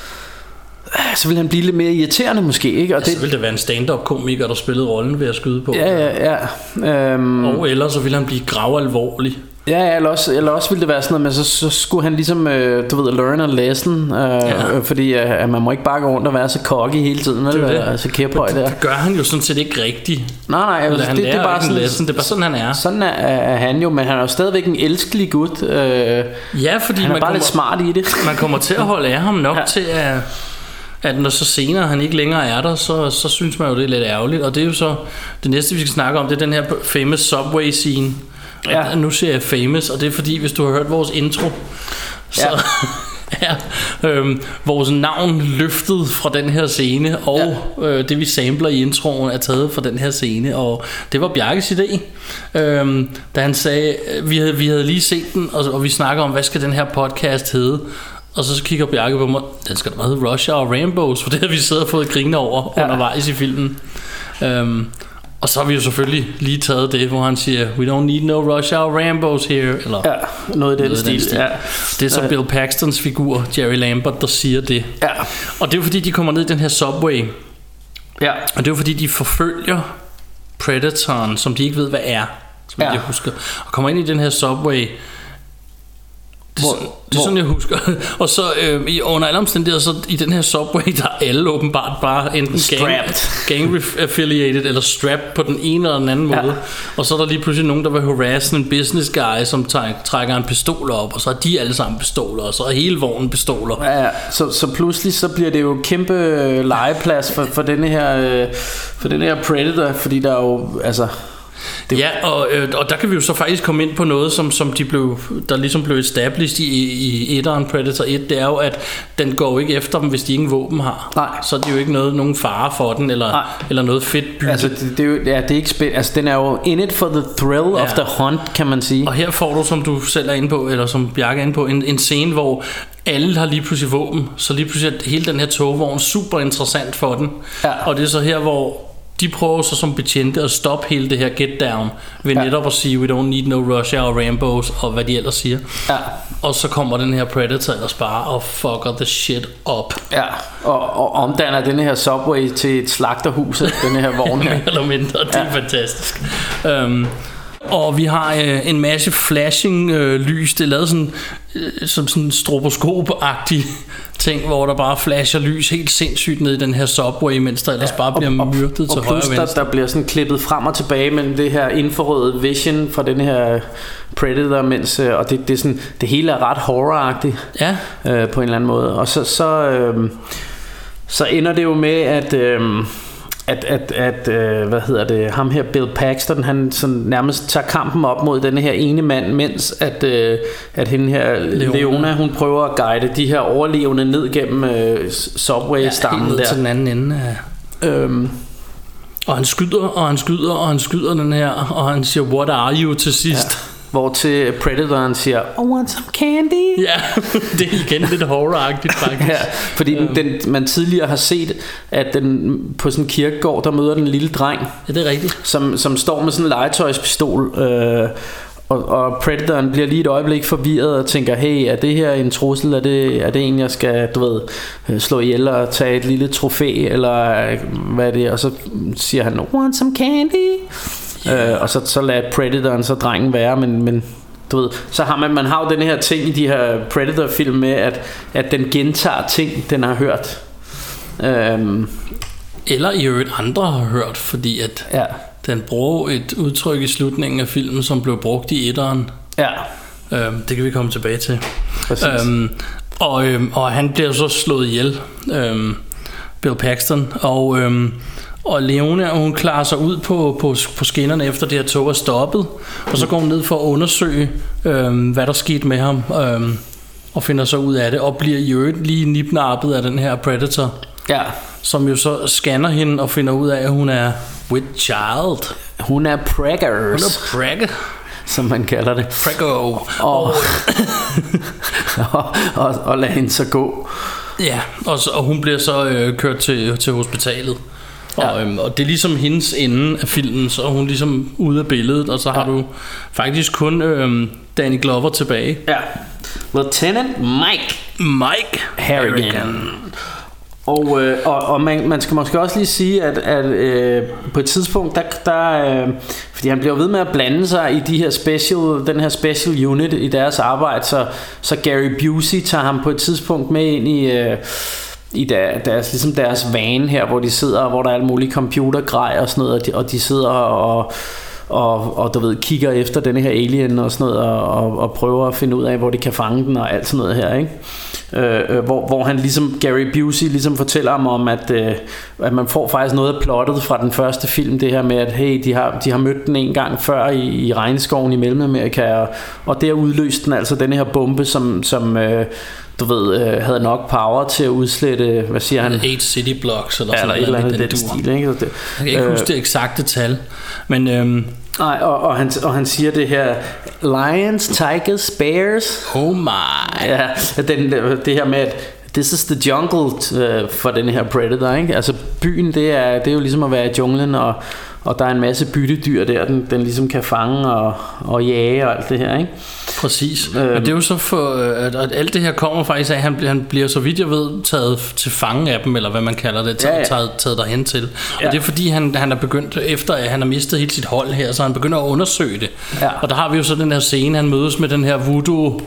så ville han blive lidt mere irriterende måske, ikke? Og ja, det, så ville det være en stand-up komiker, der spillede rollen ved at skyde på. Ja, ja, ja. Øhm, og ellers så ville han blive gravalvorlig. Ja, eller også, eller også ville det være sådan noget, men så, så skulle han ligesom, øh, du ved, learn a lesson, øh, ja. fordi øh, at man må ikke bare gå rundt og være så cocky hele tiden, eller det. Altså kæphøj der. Det gør han jo sådan set ikke rigtigt. Nej, nej, altså, det, det, er bare sådan, lesson. Det er bare sådan, han er. Sådan er, er han jo, men han er jo stadigvæk en elskelig gut. Øh, ja, fordi han er man bare kommer, lidt smart i det. Man kommer til at holde af ham nok ja. til at... at når så senere han ikke længere er der, så, så synes man jo, det er lidt ærgerligt. Og det er jo så det næste, vi skal snakke om, det er den her famous subway scene. Ja. Nu ser jeg famous, og det er fordi, hvis du har hørt vores intro, så ja. er øhm, vores navn løftet fra den her scene, og ja. øh, det vi sampler i introen er taget fra den her scene. Og det var Bjarkes idé, øhm, da han sagde, vi havde, vi havde lige set den, og, og vi snakker om, hvad skal den her podcast hedde. Og så kigger Bjarke på mig, den skal da hedde Rush Hour Rambos, for det har vi siddet og fået grine over ja. undervejs i filmen. Um, og så har vi jo selvfølgelig lige taget det, hvor han siger, we don't need no Rush Hour Rambos here. Eller ja, noget i den, noget stil. den stil. Ja. Det er så Bill Paxtons figur, Jerry Lambert, der siger det. Ja. Og det er jo fordi, de kommer ned i den her subway. Ja. Og det er jo fordi, de forfølger Predatoren, som de ikke ved, hvad er, som ja. jeg husker. Og kommer ind i den her subway. Det er, hvor, sådan, det er sådan jeg husker. Og så øh, i, under alle omstændigheder, så i den her subway, der er alle åbenbart bare enten gang, gang affiliated eller strapped på den ene eller den anden måde. Ja. Og så er der lige pludselig nogen, der vil harasse en business guy, som træk, trækker en pistol op, og så er de alle sammen pistoler, og så er hele vognen pistoler. Ja, ja. Så, så pludselig så bliver det jo kæmpe legeplads for, for denne her for denne her Predator, fordi der er jo altså det... Ja, og, øh, og der kan vi jo så faktisk komme ind på noget, som, som de blev, der ligesom blev established i, i etteren, Predator et. Det er jo, at den går jo ikke efter dem, hvis de ingen våben har. Nej. Så er det jo ikke noget, nogen fare for den, eller, eller noget fedt bytte. Altså, det, det er jo, ja, det er ikke spændende. Altså, den er jo in it for the thrill ja. of the hunt, kan man sige. Og her får du, som du selv er inde på, eller som Bjarke er inde på, en, en scene, hvor alle har lige pludselig våben. Så lige pludselig er hele den her togvogn super interessant for den. Ja. Og det er så her, hvor de prøver så som betjente at stoppe hele det her get down ved ja. netop at sige, we don't need no Rush Hour Rambos, og hvad de ellers siger. Ja. Og så kommer den her Predator ellers bare og fucker the shit up. Ja, og, og omdanner den her subway til et slagterhus, den her vogn her. Eller mindre, det er ja. fantastisk. Um, og vi har øh, en masse flashing øh, lys. Det er lavet sådan øh, som sådan en stroboskop-agtig ting, hvor der bare flasher lys helt sindssygt ned i den her subway, mens der ellers ja, bare bliver og, myrdet og, til og højre og venstre. Der, der bliver sådan klippet frem og tilbage mellem det her infrarøde vision fra den her Predator, mens og det, det er sådan, det hele er ret horror-agtigt ja. øh, på en eller anden måde. Og så så, øh, så ender det jo med at øh, at, at, at øh, hvad hedder det, ham her Bill Paxton, han sådan nærmest tager kampen op mod denne her ene mand, mens at, øh, at hende her Leona. Leona, hun prøver at guide de her overlevende ned gennem øh, subway-stammen ja, der til den anden ende ja. øhm. Og han skyder, og han skyder, og han skyder den her, og han siger, what are you til sidst ja. Hvor til Predatoren siger, I want some candy. Ja, det er igen lidt horror-agtigt faktisk. Ja, fordi um, den, man tidligere har set, at den på sådan en kirkegård, der møder den en lille dreng. Ja, det er rigtigt. Som, som står med sådan en legetøjspistol, øh, og, og Predatoren bliver lige et øjeblik forvirret og tænker, hey, er det her en trussel? Er det, er det en, jeg skal, du ved, slå ihjel og tage et lille trofæ? Eller hvad er det? Og så siger han, want some candy? Yeah. Øh, og så, så lader Predatoren så drengen være, men, men du ved, så har man, man har jo den her ting i de her Predator-film med, at, at den gentager ting, den har hørt. Øhm. Eller i øvrigt andre har hørt, fordi at ja. den bruger et udtryk i slutningen af filmen, som blev brugt i etteren. Ja. Øhm, det kan vi komme tilbage til. Øhm, og, øhm, og han bliver så slået ihjel, øhm, Bill Paxton, og... Øhm, Og Leona, hun klarer sig ud på, på, på skinnerne efter det her tog er stoppet. Og så går hun ned for at undersøge, øhm, hvad der skete med ham. Øhm, og finder så ud af det. Og bliver i øvrigt lige nipnappet af den her Predator. Ja. Som jo så scanner hende og finder ud af, at hun er with child. Hun er preggers. Hun er pregger, som man kalder det. Preggo. Og, og, og, og lad hende så gå. Ja, og, så, og hun bliver så øh, kørt til, til hospitalet. Ja. Og, øhm, og det er ligesom hendes ende af filmen, så er hun ligesom ude af billedet, og så har ja. du faktisk kun øhm, Danny Glover tilbage. Ja. Lieutenant Mike Mike Harrigan. Og, øh, og, og man, man skal måske også lige sige, at, at øh, på et tidspunkt, der, der øh, fordi han bliver ved med at blande sig i de her special, den her special unit i deres arbejde, så, så Gary Busey tager ham på et tidspunkt med ind i, øh, i der, deres, ligesom deres van her, hvor de sidder, hvor der er alle mulige computergrej og sådan noget, og de, og de sidder og Og, og du ved, kigger efter denne her alien og sådan noget, og, og, og prøver at finde ud af, hvor de kan fange den og alt sådan noget her, ikke? Øh, hvor, hvor han ligesom, Gary Busey ligesom fortæller ham om, at, øh, at man får faktisk noget af plottet fra den første film, det her med, at hey, de har, de har mødt den en gang før i, i regnskoven i Mellemamerika, og, og der udløste den altså denne her bombe, som, som øh, du ved, øh, havde nok power til at udslette, hvad siger han? Eight city blocks eller, ja, eller sådan et eller andet den den stil, ikke? Det, jeg kan ikke øh, huske det eksakte tal, men øhm, nej, og, og, han, og han siger det her: lions, tigers, bears. Oh my. Ja, den, det her med, at this is the jungle uh, for den her predator, ikke? Altså byen, det er, det er jo ligesom at være i junglen, og, og der er en masse byttedyr der, den, den ligesom kan fange og, og jage og alt det her, ikke? Præcis. Øhm. Men det er jo så for, at, at alt det her kommer faktisk af, at han, han bliver, så vidt jeg ved, taget til fange af dem, eller hvad man kalder det, taget, ja, ja. taget, taget derhen til. Ja. Og det er fordi, han, han er begyndt, efter at han har mistet helt sit hold her, så han begynder at undersøge det. Ja. Og der har vi jo så den her scene, han mødes med den her voodoo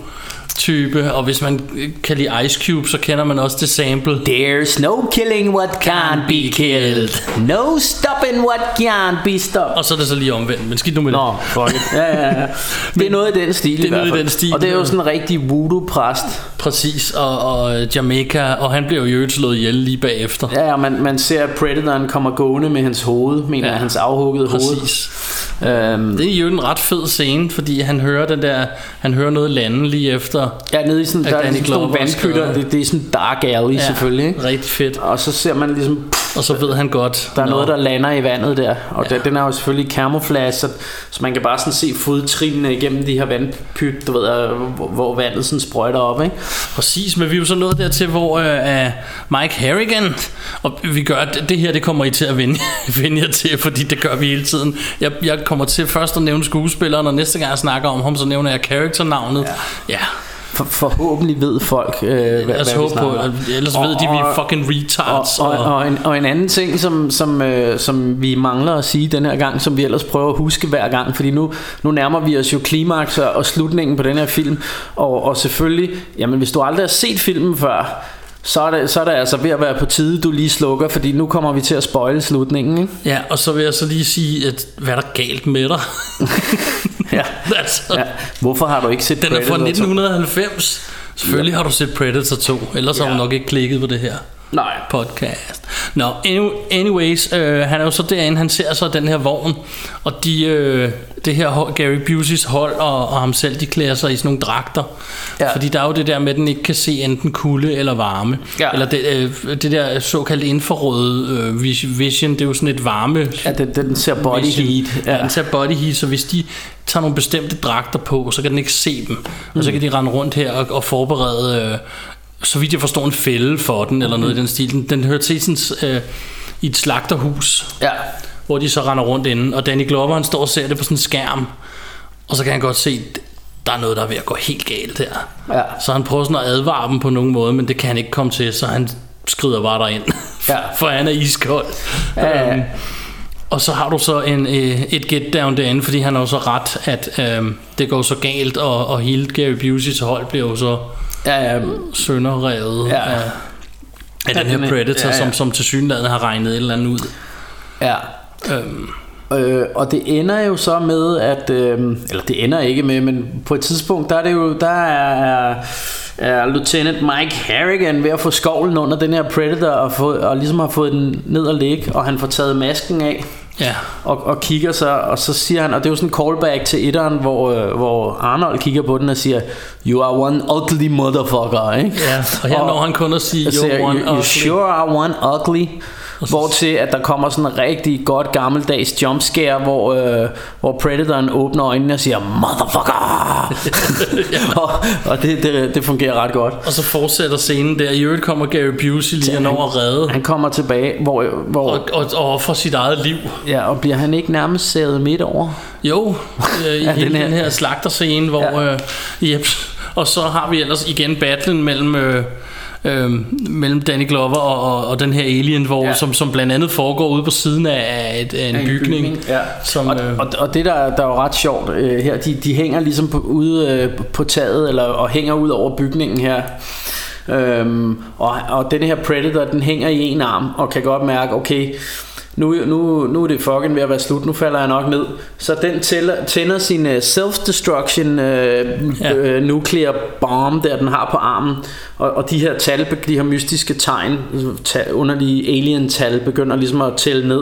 type, og hvis man kan lide Ice Cube, så kender man også det sample. There's no killing what can't be killed. No stopping what can't be stopped. Og så er det så lige omvendt, men skidt nu med Nå, det. Fuck it. Ja, ja, ja. Det er noget i den stil. Det er noget i den stil. Og det er jo sådan en rigtig voodoo-præst. Præcis, og, og Jamaica, og han bliver jo slået ihjel lige bagefter. Ja, ja, man, man ser Predatoren kommer gående med hans hoved, mener ja, hans afhuggede hoved. Præcis. Um, det er jo en ret fed scene, fordi han hører den der, han hører noget lande lige efter. Ja, nede i sådan, der er sådan nogle vandpytter, det, det er sådan dark alley, ja, selvfølgelig, ikke? Rigtig fedt. Og så ser man ligesom, pff, og så ved han godt, der er noget, der lander i vandet der. Og ja, der, den er jo selvfølgelig camouflage, så, så man kan bare sådan se fodtrinene igennem de her vandpyt, du ved, hvor, hvor vandet sådan sprøjter op, ikke? Præcis, men vi er jo så nået dertil, hvor uh, Mike Harrigan, og vi gør, det her, det kommer I til at vende, vende jer til, fordi det gør vi hele tiden. Jeg, jeg kommer til først at nævne skuespilleren, og næste gang jeg snakker om ham, så nævner jeg characternavnet. Ja, ja. For, forhåbentlig ved folk øh, hvad, hvad vi håbe på, ellers og, ved de, vi er fucking retards. Og, og, og, og, en, og en anden ting, som, som, øh, som vi mangler at sige den her gang, som vi ellers prøver at huske hver gang, fordi nu, nu nærmer vi os jo klimaks og, og slutningen på den her film, og, og selvfølgelig, jamen hvis du aldrig har set filmen før, så er, det, så er det altså ved at være på tide, du lige slukker, fordi nu kommer vi til at spoile slutningen, ikke? Ja, og så vil jeg så lige sige, at hvad er der galt med dig? Ja. Altså, ja. Hvorfor har du ikke set den Predator? Den er fra nitten halvfems. Selvfølgelig, ja, har du set Predator to. Ellers, ja, har du nok ikke klikket på det her. Nej. Podcast. Nå, no, anyways, øh, han er jo så derinde, han ser så den her vogn, og de, øh, det her Gary Buseys hold og, og ham selv, de klæder sig i sådan nogle dragter, ja, fordi der er jo det der med, at den ikke kan se enten kulde eller varme, ja, eller det, øh, det der såkaldte infrarøde øh, vision, det er jo sådan et varme, ja, den, den ser body vision. heat, ja. Ja, den ser body heat, så hvis de tager nogle bestemte dragter på, så kan den ikke se dem, mm. og så kan de rende rundt her og, og forberede øh, så vidt jeg forstår en fælde for den, eller noget, mm, i den stil. Den, den hører til sådan, øh, i et slagterhus, ja, hvor de så render rundt inden, og Danny Glover, han står og ser det på sådan en skærm, og så kan han godt se, der er noget, der er ved at gå helt galt her. Ja. Så han prøver sådan at advare dem på nogen måde, men det kan han ikke komme til, så han skrider bare derind, ja, for han er iskold. Ja, ja. Um, og så har du så en, et get down derinde, fordi han har jo så ret, at um, det går så galt, og, og hele Gary Buseys hold bliver jo så, ja, ja, sønderrevet, ja, af, af den her Predator, ja, ja, som, som tilsyneladende har regnet et eller andet ud. Ja. Øhm. Øh, og det ender jo så med at øh, eller det ender ikke med, men på et tidspunkt der er det jo der er, er Lieutenant Mike Harrigan ved at få skovlen under den her Predator og, få, og ligesom har fået den ned og ligge, og han får taget masken af, ja, og, og kigger sig, og så siger han, og det er jo sådan en callback til etteren, hvor, øh, hvor Arnold kigger på den og siger, you are one ugly motherfucker, ikke? Ja, og her og, når han kun at sige, you're one you, you sure are one ugly. Hvor til at der kommer sådan en rigtig godt gammeldags jumpscare, hvor, øh, hvor Predatoren åbner øjnene og siger motherfucker. Ja. og og det, det, det fungerer ret godt. Og så fortsætter scenen der. I øvrigt kommer Gary Busey lige over at redde. Han kommer tilbage, hvor, hvor og, og, og offrer sit eget liv. Ja, og bliver han ikke nærmest sædet midt over? Jo, øh, i ja, hele den her, den her slagterscene, hvor ja, øh, yep. Og så har vi ellers igen battlen mellem øh, øhm, mellem Danny Glover og, og, og den her alien, hvor, ja. som, som blandt andet foregår ude på siden af, et, af en, en bygning, bygning. Ja. Som, og, øh, og, og det der, der er jo ret sjovt øh, her, de, de hænger ligesom på, ude øh, på taget eller, og hænger ud over bygningen her. Øhm, og, og den her Predator, den hænger i en arm og kan godt mærke, okay, nu, nu, nu er det fucking ved at være slut, nu falder jeg nok ned. Så den tæller, tænder sin uh, self-destruction uh, ja. uh, nuclear bomb, der den har på armen. Og, og de her tal, de her mystiske tegn, ta- underlige alien-tal, begynder ligesom at tælle ned.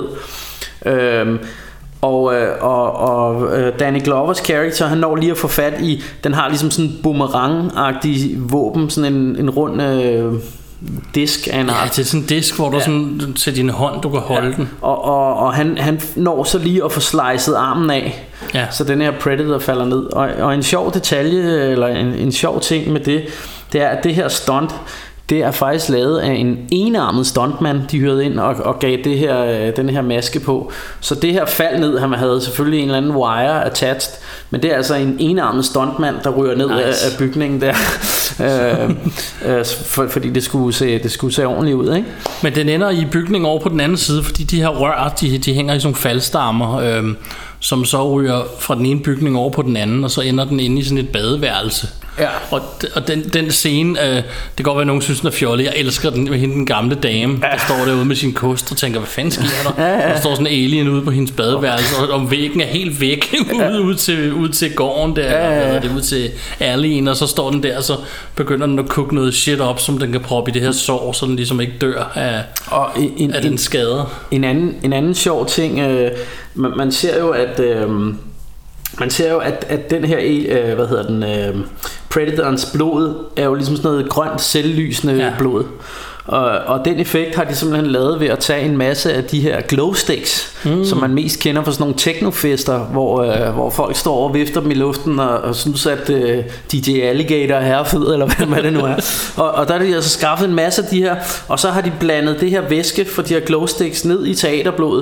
Øhm, Og, og, og Danny Glovers character, han når lige at få fat i, den har ligesom sådan en boomerang-agtig våben, sådan en, en rund øh, disk af en art. Ja, det er sådan en disk, hvor du ja. sådan til din hånd, du kan holde ja. den. Og, og, og han, han når så lige at få slicet armen af, ja. så den her Predator falder ned. Og, og en sjov detalje, eller en, en sjov ting med det, det er, at det her stunt, det er faktisk lavet af en enarmet stuntman, de hyrede ind og, og gav det her, den her maske på. Så det her fald ned, han havde selvfølgelig en eller anden wire attached, men det er altså en enarmet stuntman, der ryger ned nice. af, af bygningen der, øh, øh, for, fordi det skulle, se, det skulle se ordentligt ud, ikke? Men den ender i bygningen over på den anden side, fordi de her rør, de, de hænger i sådan nogle faldstammer, øh, som så ryger fra den ene bygning over på den anden, og så ender den inde i sådan et badeværelse. Ja. Og, og den, den scene, øh, det kan godt være, at nogen synes, den er fjollet. Jeg elsker den med hende, den gamle dame, ja. der står derude med sin kost og tænker, hvad fanden sker der? Ja, ja. Der står sådan en alien ude på hendes badeværelse, og, og væggen er helt væk ja. ud, ud, til, ud til gården der, ja, ja, ja. Det, ud til alleyen, og så står den der, og så begynder den at koge noget shit op, som den kan proppe i det her sår, så den ligesom ikke dør af, og en, af den en, skader. En anden, en anden sjov ting, øh, man, man ser jo, at... Øh, Man ser jo, at, at den her, øh, hvad hedder den, øh, Predatorens blod er jo ligesom sådan noget grønt, selvlysende ja. blod. Og, og den effekt har de simpelthen lavet ved at tage en masse af de her glow sticks, mm. som man mest kender fra sådan nogle technofester, hvor, øh, hvor folk står og vifter dem i luften og, og synes, at øh, D J Alligator er herrefed, eller hvad, hvad det nu er. Og, og der har de altså skaffet en masse af de her, og så har de blandet det her væske for de her glow sticks ned i teaterblodet.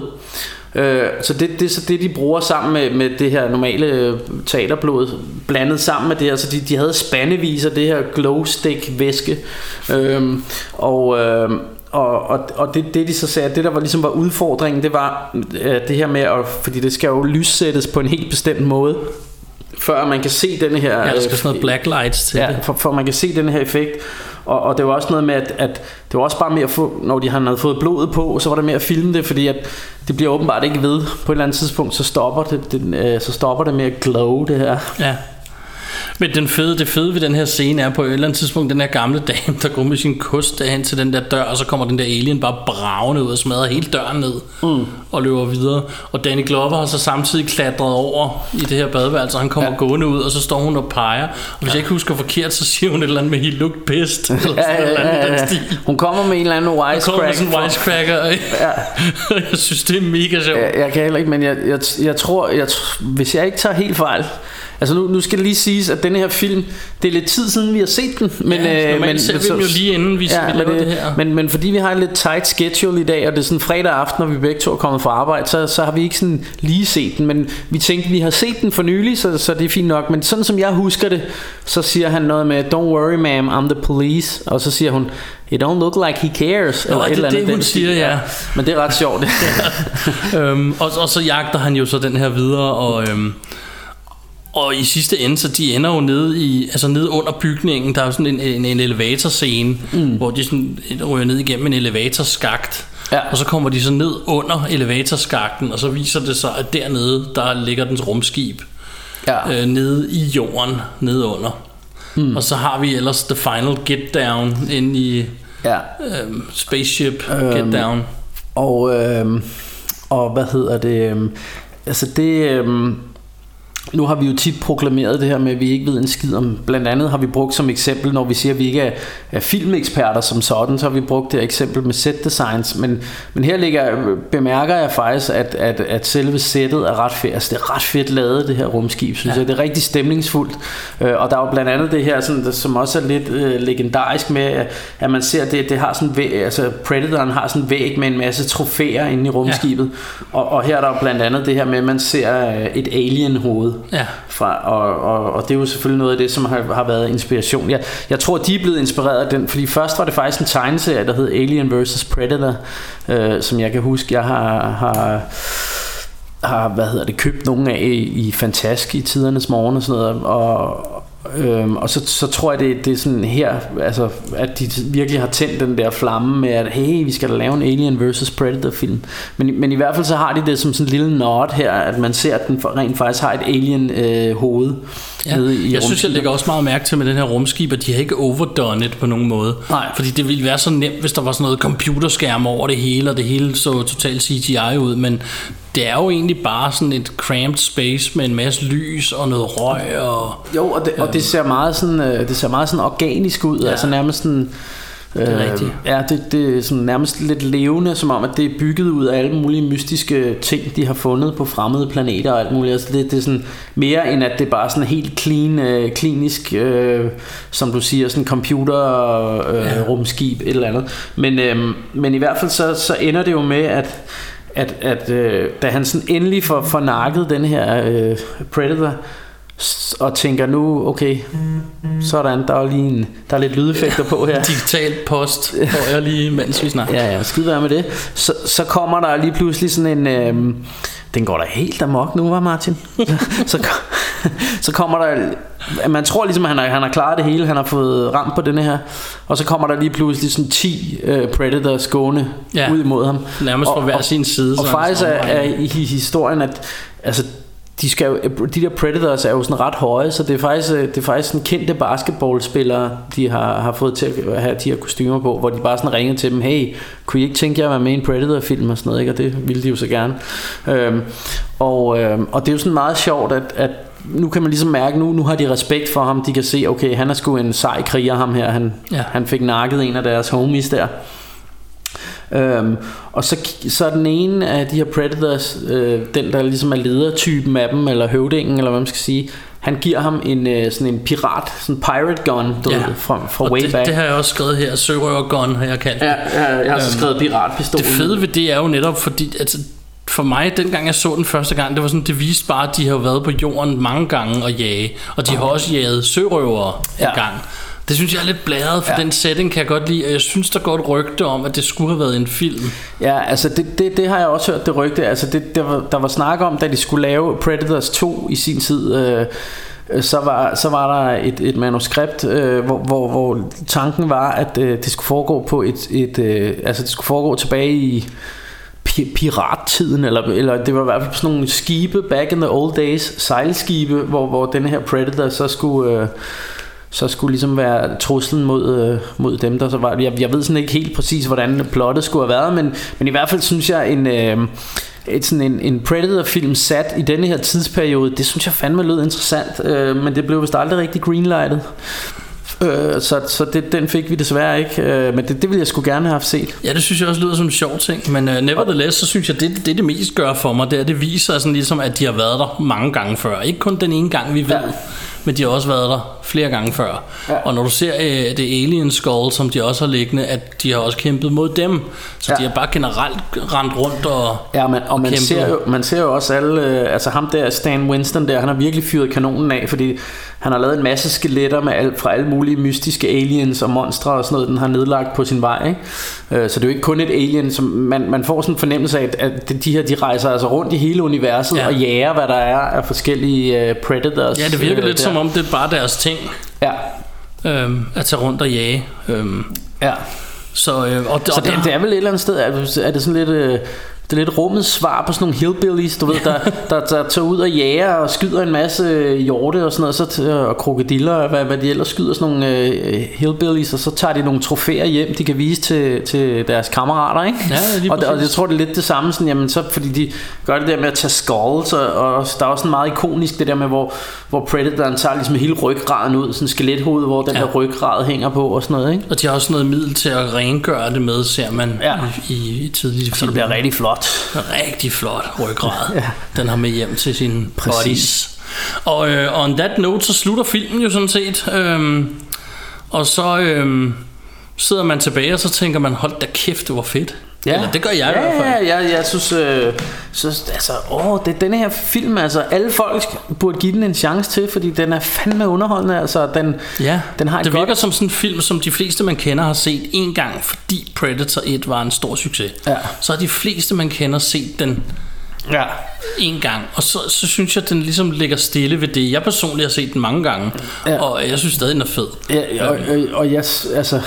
Så det, det er så det, de bruger sammen med, med det her normale teaterblod, blandet sammen med det her. Så de, de havde spandevis af det her glow stick væske. øhm, Og, øhm, og, og, og det, det de så sagde, det der var ligesom var udfordringen, det var øh, det her med at, fordi det skal jo lyssættes på en helt bestemt måde, før man kan se den her. Ja, der skal sådan noget blacklights til ja, det. for, for man kan se den her effekt. Og, og det var også noget med at, at det var også bare med at få, når de havde fået blodet på, så var det med at filme det, fordi at det bliver åbenbart ikke ved på et eller andet tidspunkt, så stopper det, det øh, så stopper det med at glow det her. Ja. Men den fede, det fede ved den her scene er på et eller andet tidspunkt den her gamle dame, der går med sin kost hen til den der dør, og så kommer den der alien bare bravende ud og smadrer hele døren ned mm. og løber videre. Og Danny Glover har så samtidig klatret over i det her badeværelse, og han kommer ja. gående ud, og så står hun og peger. Og hvis ja. jeg ikke husker forkert, så siger hun et eller andet med, he looked pissed. Eller ja, ja, ja, ja, ja. Hun kommer med en eller anden wisecracker. Hun kommer med sådan en wisecracker. Ja. Jeg synes, det er mega sjovt. Jeg, jeg kan heller ikke, men jeg, jeg, jeg tror, jeg, hvis jeg ikke tager helt fejl, altså nu, nu skal det lige siges, at denne her film, det er lidt tid siden vi har set den, men ja, øh, men ser vi dem jo lige inden vi, ja, vi laver det, det her. Men, men fordi vi har en lidt tight schedule i dag, og det er sådan fredag aften, når vi begge to er kommet fra arbejde, så, så har vi ikke sådan lige set den, men vi tænkte, vi har set den for nylig, så, så det er fint nok. Men sådan som jeg husker det, så siger han noget med, don't worry ma'am, I'm the police, og så siger hun, it don't look like he cares. Nå, eller det er det, andet, hun siger, ja. ja. Men det er ret sjovt. ja. øhm, og, og så jagter han jo så den her videre, og... Øhm, Og i sidste ende, så de ender jo nede i, altså nede under bygningen. Der er jo sådan en, en, en elevatorscene, mm. hvor de sådan ryger ned igennem en elevatorskakt. Ja. Og så kommer de så ned under elevatorskakten, og så viser det sig, at dernede, der ligger dens rumskib. Ja. Øh, nede i jorden, nede under. Mm. Og så har vi ellers The Final Get Down inde i ja. øhm, Spaceship øhm, Get Down. Og, øhm, og hvad hedder det? Øhm, altså det... Øhm, Nu har vi jo tit proklameret det her med, at vi ikke ved en skid om. Blandt andet har vi brugt som eksempel, når vi siger, at vi ikke er, er filmeksperter som sådan, så har vi brugt det eksempel med set designs. Men, men her ligger, bemærker jeg faktisk, at, at, at selve settet er ret fedt. Altså det er ret fedt lavet, det her rumskib, synes ja. jeg. Det er rigtig stemningsfuldt. Og der er jo blandt andet det her, sådan, som også er lidt øh, legendarisk med, at man ser, det, det har sådan væg, altså Predatoren har sådan en væg med en masse trofæer inde i rumskibet. Ja. Og, og her er der jo blandt andet det her med, at man ser et alien-hoved. Ja. Fra, og, og, og det er jo selvfølgelig noget af det, som har, har været inspiration. Jeg, jeg tror, de er blevet inspireret af den, fordi først var det faktisk en tegneserie, der hed Alien versus. Predator, øh, som jeg kan huske, jeg har... har har hvad hedder det købt nogle af i Fantastisk i tidernes morgen og sådan noget, og øhm, og så, så tror jeg det, det er sådan her, altså at de virkelig har tændt den der flamme med at hey, vi skal da lave en Alien versus. Predator film, men, men i hvert fald så har de det som sådan en lille nod her, at man ser at den rent faktisk har et alien øh, hoved ja. nede i jeg synes jeg lægger også meget mærke til med den her rumskib, at de har ikke overdone it på nogen måde. Nej. Fordi det ville være så nemt, hvis der var sådan noget computerskærm over det hele, og det hele så totalt C G I ud, men det er jo egentlig bare sådan et cramped space med en masse lys og noget røg og jo, og det, og det ser meget sådan det ser meget sådan organisk ud, ja. Altså nærmest sådan det er rigtigt. Ja, det, det er sådan nærmest lidt levende, som om at det er bygget ud af alle mulige mystiske ting, de har fundet på fremmede planeter og alt muligt. Altså det, det er sådan mere end at det er bare sådan helt clean, øh, klinisk, øh, som du siger, sådan computer øh, ja. rumskib et eller andet. Men øh, men i hvert fald så så ender det jo med at at, at øh, da han sådan endelig får, får nakket den her øh, Predator og tænker nu, okay, sådan, der er lige en, der er lidt lydeffekter på her. Digital post får jeg lige, mens vi snakker. Ja, ja, skide være med det. Så, så kommer der lige pludselig sådan en, øh, den går da helt amok nu, var Martin? så, så kommer der, man tror ligesom, at han har, han har klaret det hele, han har fået ramt på denne her, og så kommer der lige pludselig sådan ti øh, Predators gående ja, ud imod ham. Nærmest fra hver sin side. Og faktisk er, er i historien, at altså, de, skal jo, de der Predators er jo sådan ret høje, så det er faktisk, det er faktisk sådan kendte basketballspillere, de har, har fået til at have de her kostymer på, hvor de bare sådan ringer til dem, hey, kunne I ikke tænke jer at være med i en Predator-film og sådan noget, ikke? Og det ville de jo så gerne. Øhm, og, øhm, og det er jo sådan meget sjovt, at, at nu kan man ligesom mærke, nu, nu har de respekt for ham, de kan se, okay, han er sgu en sej kriger, ham her, han, ja. han fik nakket en af deres homies der. Øhm, og så, så er den ene af de her Predators, øh, den der ligesom er ledertypen af dem, eller høvdingen, eller hvad man skal sige, han giver ham en øh, sådan en pirat, sådan en pirate gun, du ja. ved, fra, fra way det, back. Det har jeg også skrevet her, sørøver gun har jeg kaldt det. Ja, ja, jeg har så skrevet øhm, piratpistol. Det fede ved det er jo netop, fordi altså, for mig, dengang jeg så den første gang, det var sådan, det viste bare, at de har været på jorden mange gange og jage, og de okay. har også jaget sørøvere ja. en gang. Det synes jeg er lidt bladret, for ja. den setting kan jeg godt lide, og jeg synes der går et rygte om, at det skulle have været en film. Ja, altså det, det, det har jeg også hørt, det rygte. Altså det, der, var, der var snak om, da de skulle lave Predators to i sin tid, øh, så, var, så var der et, et manuskript, øh, hvor, hvor, hvor tanken var, at øh, det skulle foregå på et, et øh, altså det skulle foregå tilbage i pirattiden, eller, eller det var i hvert fald sådan nogle skibe back in the old days, sejlskibe, hvor, hvor den her Predator så skulle øh, så skulle ligesom være truslen mod, øh, mod dem der så var. Jeg, jeg ved sådan ikke helt præcis hvordan plottet skulle have været, men, men i hvert fald synes jeg en, øh, et, sådan en, en Predator-film sat i denne her tidsperiode, det synes jeg fandme lød interessant, øh, men det blev vist aldrig rigtig greenlightet. Øh, så så det, den fik vi desværre ikke, øh, men det, det ville jeg sgu gerne have haft set. Ja, det synes jeg også lyder som en sjov ting, men uh, nevertheless, så synes jeg det, det det mest gør for mig, det er, det viser sådan ligesom at de har været der mange gange før. Ikke kun den ene gang vi ved, ja. men de har også været der flere gange før. Ja. Og når du ser uh, det Alien Skull, som de også har liggende, at de har også kæmpet mod dem, så ja. de har bare generelt rendt rundt og ja, men, og man kæmpet. ser jo man ser jo også alle, øh, altså ham der Stan Winston der, han har virkelig fyret kanonen af, fordi han har lavet en masse skeletter med alt fra alle mulige mystiske aliens og monstre og sådan noget, den har nedlagt på sin vej, ikke? Øh, så det er jo ikke kun et alien, som man, man får sådan en fornemmelse af, at de her de rejser altså rundt i hele universet ja. og jager, hvad der er af forskellige uh, Predators. Ja, det virker lidt der. Som om det er bare deres ting. Ja. Øhm, at tage rundt og jage. Øhm. Ja. Så, øh, og, så og det, der... det er vel et eller andet sted, er, er det sådan lidt... Øh, det er lidt rummets svar på sådan nogle hillbillies, du ved, der, der, der tager ud og jager og skyder en masse hjorte og sådan noget, så, og krokodiller og hvad, hvad de ellers skyder, sådan nogle uh, hillbillies, og så tager de nogle trofæer hjem, de kan vise til, til deres kammerater, ikke? Ja, og, og jeg tror det er lidt det samme, sådan, jamen, så, fordi de gør det der med at tage skulls, og, og der er også sådan meget ikonisk det der med, hvor, hvor Predatoren tager ligesom hele ryggraden ud, sådan skelетhoved, hvor den ja. der ryggrad hænger på og sådan noget, ikke? Og de har også noget middel til at rengøre det med, ser man ja. i, i, i tidlige film. Så det bliver rigtig flot. Rigtig flot ryggrad. ja. Den har med hjem til sin buddies. Og øh, on that note, så slutter filmen jo sådan set. Øhm, og så øhm, sidder man tilbage, og så tænker man, hold da kæft, det var fedt. Ja. Eller det gør jeg ja, i hvert fald. Ja, jeg, jeg synes, øh, synes altså, åh, det, denne her film, altså alle folk burde give den en chance til, fordi den er fandme underholdende, altså den, ja, den har et det godt... virker som sådan en film, som de fleste man kender har set en gang, fordi Predator et var en stor succes. Ja. Så har de fleste man kender set den ja. en gang, og så, så synes jeg at den ligesom ligger stille ved det. Jeg personligt har set den mange gange, ja. Og jeg synes stadig den er fed. Ja, og, og, og jeg, altså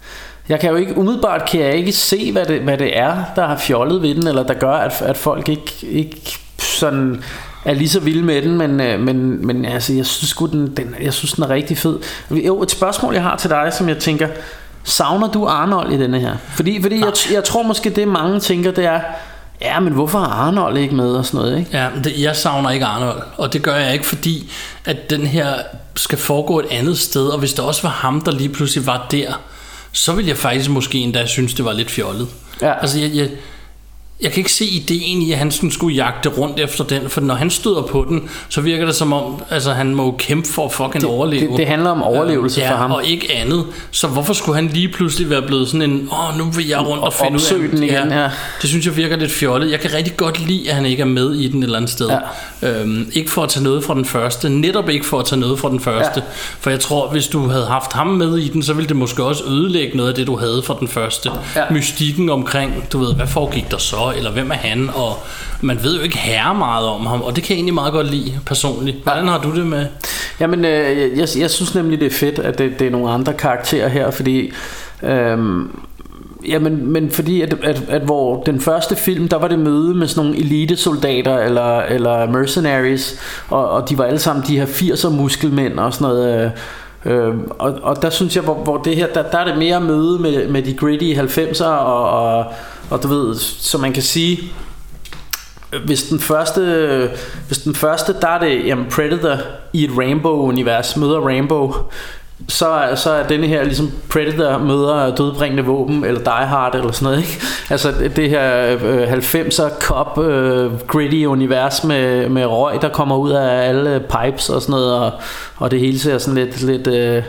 jeg kan jo ikke, umiddelbart kan jeg ikke se, hvad det, hvad det er, der har fjollet ved den, eller der gør, at, at folk ikke, ikke sådan er lige så vilde med den, men, men, men altså, jeg synes sgu, den, den, jeg synes, den er rigtig fed. Jo, et spørgsmål, jeg har til dig, som jeg tænker, savner du Arnold i denne her? Fordi, fordi jeg, jeg tror måske, det mange tænker, det er, ja, men hvorfor er Arnold ikke med og sådan noget, ikke? Ja, det, jeg savner ikke Arnold, og det gør jeg ikke, fordi at den her skal foregå et andet sted, og hvis det også var ham, der lige pludselig var der, så ville jeg faktisk måske endda synes, det var lidt fjollet. Ja. Altså, jeg, jeg, jeg kan ikke se ideen i, at han skulle jagte rundt efter den, for når han støder på den, så virker det som om, altså han må kæmpe for at fucking det, overleve. Det, det handler om overlevelse ja, for ham. Og ikke andet. Så hvorfor skulle han lige pludselig være blevet sådan en, åh, oh, nu vil jeg rundt og finde ud af den igen, ja. Det synes jeg virker lidt fjollet. Jeg kan rigtig godt lide, at han ikke er med i den et eller andet sted. Ja. Øhm, ikke for at tage noget fra den første, netop ikke for at tage noget fra den første. Ja. For jeg tror, hvis du havde haft ham med i den, så ville det måske også ødelægge noget af det, du havde fra den første. Ja. Mystikken omkring, du ved, hvad foregik der så, eller hvem er han? Og man ved jo ikke herre meget om ham, og det kan jeg egentlig meget godt lide personligt. Hvordan har du det med? Jamen, øh, jeg, jeg synes nemlig, det er fedt, at det, det er nogle andre karakterer her, fordi øhm, jamen, men fordi at, at, at hvor den første film, der var det møde med sådan nogle elitesoldater eller, eller mercenaries, og, og de var alle sammen de her firser muskelmænd og sådan noget. Øh, Øh, og, og der synes jeg, hvor, hvor det her, der, der er det mere møde med, med de gritty halvfemser, og, og, og du ved, så man kan sige, hvis den første, hvis den første, der er det, jamen, Predator i et Rambo-univers møder Rambo, så, så er denne her ligesom Predator møder dødbringende våben, eller Die Hard, eller sådan noget, ikke? Altså det her øh, halvfemser cop øh, gritty univers med, med røg, der kommer ud af alle pipes og sådan noget, og, og det hele ser sådan lidt, lidt øh,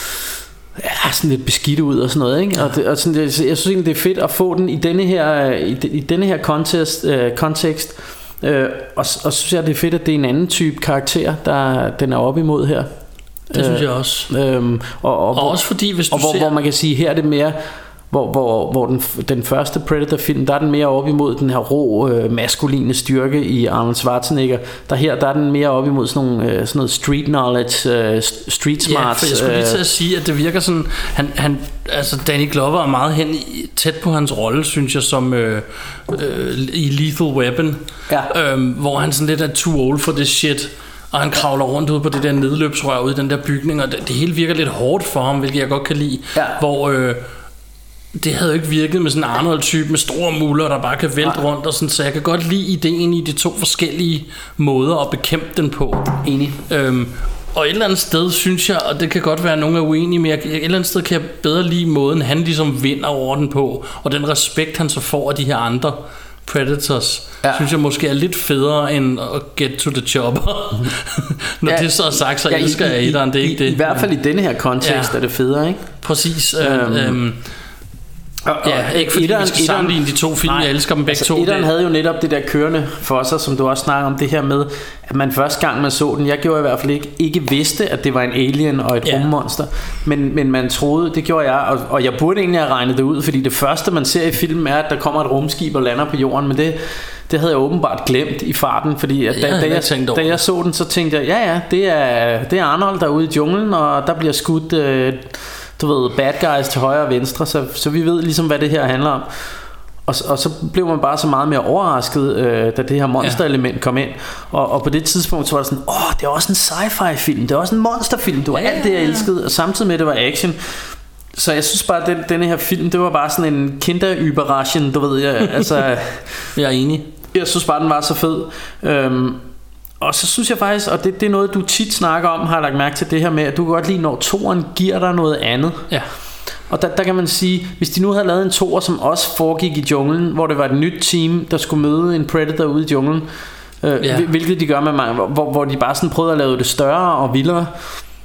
ja, sådan lidt beskidt ud og sådan noget, ikke? Og, det, og sådan, jeg synes egentlig, det er fedt at få den i denne her, i, i denne her kontekst, øh, kontekst øh, og, og synes jeg, det er fedt, at det er en anden type karakter, der den er op imod her. Det synes jeg også. Øhm, og, og, og også fordi hvis du og hvor, ser... hvor man kan sige, her er det mere, hvor, hvor, hvor den, den første Predator-film, der er den mere op imod den her rå øh, maskuline styrke i Arnold Schwarzenegger. Der her, der er den mere op imod sådan, nogle, øh, sådan noget street knowledge, øh, street smart. Ja, for jeg skulle lige til at sige, at det virker sådan, han, han, altså Danny Glover er meget hen i, tæt på hans rolle, synes jeg, som øh, øh, i Lethal Weapon, ja. øh, hvor han sådan lidt er too old for this shit. Og han kravler rundt ud på det der nedløbsrør ude i den der bygning, og det, det hele virker lidt hårdt for ham, hvilket jeg godt kan lide. Ja. Hvor øh, det havde jo ikke virket med sådan en Arnold-type med store muller, der bare kan vælte rundt og sådan, så jeg kan godt lide ideen i de to forskellige måder at bekæmpe den på. Enig. Øhm, og et eller andet sted synes jeg, og det kan godt være, at nogen er uenige, men jeg, et eller andet sted kan jeg bedre lide måden, han ligesom vinder over den på, og den respekt, han så får af de her andre Predators, ja. Synes jeg måske er lidt federe end at get to the chopper. Når ja, det så er sagt, så ja, elsker i, jeg etteren, det er i, ikke det. I hvert fald i denne her kontekst ja. Er det federe, ikke? Præcis. øhm, øhm, Ja, ikke fordi etteren, vi skal sammenligne de to film. Nej, jeg elsker dem begge altså, to. Etteren havde jo netop det der kørende for sig, som du også snakker om, det her med, at man første gang man så den, jeg gjorde i hvert fald ikke, ikke vidste, at det var en alien og et ja. rummonster, men, men man troede, det gjorde jeg, og, og jeg burde egentlig have regnet det ud, fordi det første man ser i filmen er, at der kommer et rumskib og lander på jorden, men det, det havde jeg åbenbart glemt i farten, fordi at da, da, jeg, da jeg så den, så tænkte jeg, ja ja, det er, det er Arnold derude i junglen, og der bliver skudt øh, du ved, bad guys til højre og venstre, så, så vi ved ligesom, hvad det her handler om. Og, og så blev man bare så meget mere overrasket, øh, da det her monsterelement kom ind. Og, og på det tidspunkt så var det sådan, åh, det er også en sci-fi film, det er også en monsterfilm, det var alt det, jeg elskede, og samtidig med, det var action. Så jeg synes bare, at den, denne her film, det var bare sådan en Kinder-Überraschung, du ved, jeg, altså... jeg er enig. Jeg synes bare, den var så fed. Øhm, Og så synes jeg faktisk, og det, det er noget du tit snakker om, har jeg lagt mærke til det her med, at du kan godt lide, når toeren giver dig noget andet. Ja. Og der, der kan man sige, hvis de nu havde lavet en toer, som også foregik i junglen, hvor det var et nyt team, der skulle møde en Predator ude i junglen, øh, ja. hvilket de gør med mange, hvor, hvor de bare sådan prøvede at lave det større og vildere,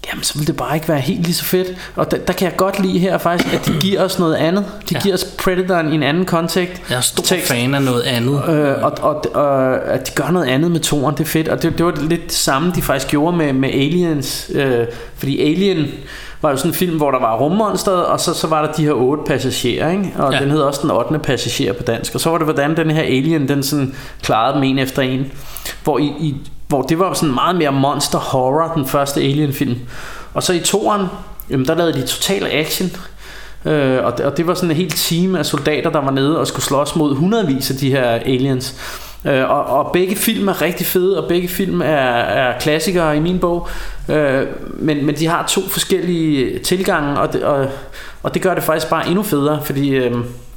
jamen så vil det bare ikke være helt lige så fedt. Og der, der kan jeg godt lide her faktisk, at de giver os noget andet. De ja. giver os Predatoren i en anden kontekst. Jeg er stor tekst. fan af noget andet. øh, og, og, og at de gør noget andet med toren, det er fedt. Og det, det var lidt det samme de faktisk gjorde med, med Aliens, øh, fordi Alien var jo sådan en film, hvor der var rummonsteret, og så, så var der de her otte passagerer, ikke? Og ja. den hed også den ottende passager på dansk. Og så var det, hvordan den her Alien, den sådan klarede dem en efter en. Hvor, i, i, hvor det var sådan meget mere monster horror, den første Alien-film. Og så i toeren, jamen, der lavede de total action. Øh, og, det, og det var sådan et helt team af soldater, der var nede og skulle slås mod hundredvis af de her aliens. Øh, og, og begge film er rigtig fede, og begge film er, er klassikere i min bog. Øh, men, men de har to forskellige tilgange, og det, og, og det gør det faktisk bare endnu federe, fordi, øh,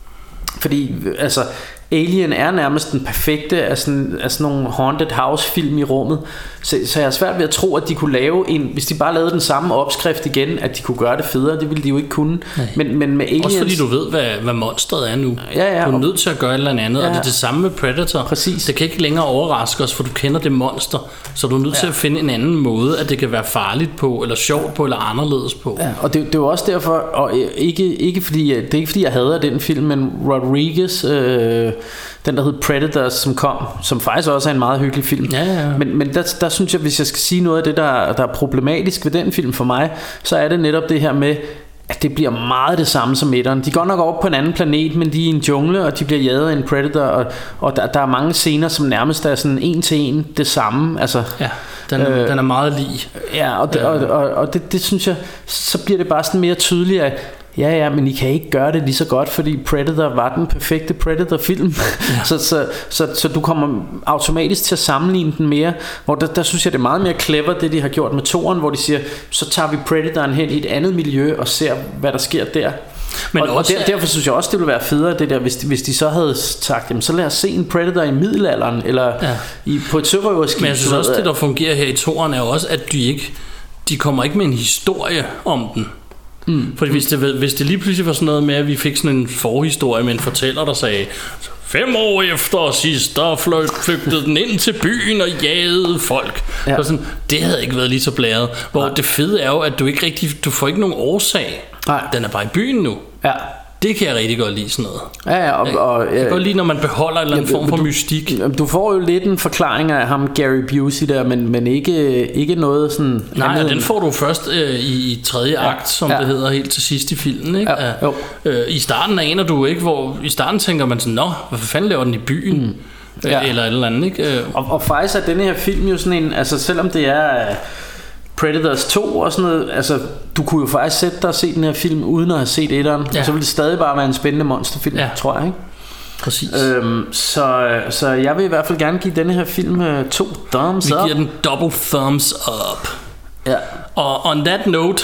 fordi altså, Alien er nærmest den perfekte af sådan, af sådan nogle haunted house film i rummet. Så, så jeg er svært ved at tro, at de kunne lave en, hvis de bare lavede den samme opskrift igen, at de kunne gøre det federe. Det ville de jo ikke kunne. Men, men med Aliens, også fordi du ved, hvad, hvad monsteret er nu. Ja, ja, du er nødt til at gøre et eller andet, ja, og det er det samme med Predator. Præcis. Det kan ikke længere overraske os, for du kender det monster. Så du er nødt ja. til at finde en anden måde, at det kan være farligt på, eller sjovt på, eller anderledes på. Ja, og det, det er jo også derfor, og ikke, ikke fordi, det er ikke fordi jeg hader den film, men Rodriguez, øh, den der hed Predators, som kom, som faktisk også er en meget hyggelig film. Ja, ja, ja. Men, men der, der synes jeg, hvis jeg skal sige noget af det, der, der er problematisk ved den film for mig, så er det netop det her med, at det bliver meget det samme som etteren. De går nok over på en anden planet, men de er i en jungle, og de bliver jaget af en predator, og, og der, der er mange scener, som nærmest er sådan en til en det samme. Altså, ja, den, øh, den er meget lig. Ja, og, det, og, og, og det, det synes jeg, så bliver det bare sådan mere tydeligt, at ja, ja, men I kan ikke gøre det lige så godt, fordi Predator var den perfekte Predator-film. Ja. så, så, så, så du kommer automatisk til at sammenligne den mere. Hvor der, der synes jeg, det er meget mere clever, det de har gjort med toren, hvor de siger, så tager vi Predatoren hen i et andet miljø og ser, hvad der sker der. Men og, også, og der, derfor synes jeg også, det ville være federe, det der, hvis de, hvis de så havde sagt, jamen, så lad os se en Predator i middelalderen, eller ja. i, på et sørøverskib. Men jeg synes også, det der fungerer her i toren, er også, at de ikke, de kommer ikke med en historie om den. Mm. Fordi hvis det, hvis det lige pludselig var sådan noget med, at vi fik sådan en forhistorie med en fortæller, der sagde, fem år efter sidst, der flygtede den ind til byen og jagede folk. Ja. Så sådan, det havde ikke været lige så blæret. Hvor Nej. det fede er jo, at du ikke rigtig, du får ikke nogen årsag. Nej. Den er bare i byen nu. Ja. Det kan jeg rigtig godt lide sådan noget. Ja, ja, og, og, jeg kan godt lide, når man beholder en eller anden ja, form for du, mystik. Du får jo lidt en forklaring af ham, Gary Busey der, men, men ikke, ikke noget sådan... Nej, og den får du først øh, i, i tredje ja, akt, som ja. det hedder, helt til sidst i filmen. Ikke? Ja, jo. Øh, I starten aner du ikke, hvor... I starten tænker man sådan, nå, hvad fanden laver den i byen? Mm. Ja. Eller et eller andet, ikke? Og, og faktisk er denne her film jo sådan en... Altså selvom det er... Predators to og sådan noget, altså du kunne jo faktisk sætte dig og se den her film uden at have set etteren, ja. og så ville det stadig bare være en spændende monsterfilm, ja. tror jeg, ikke? Præcis. Øhm, så, så jeg vil i hvert fald gerne give denne her film uh, to thumbs Vi up. Vi giver den double thumbs up. Ja. Og on that note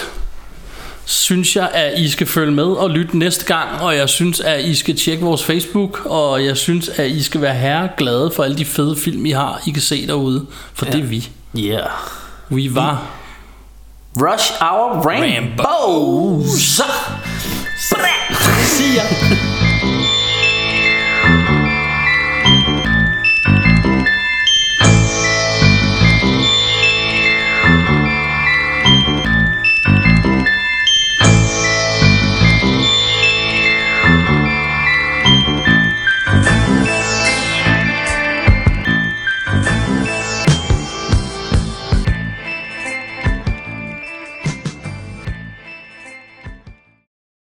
synes jeg, at I skal følge med og lytte næste gang, og jeg synes, at I skal tjekke vores Facebook, og jeg synes, at I skal være herreglade for alle de fede film, I har, I kan se derude, for ja. det er vi. Ja. Yeah. Vi var Rush Hour Rambo. Rambo. See ya.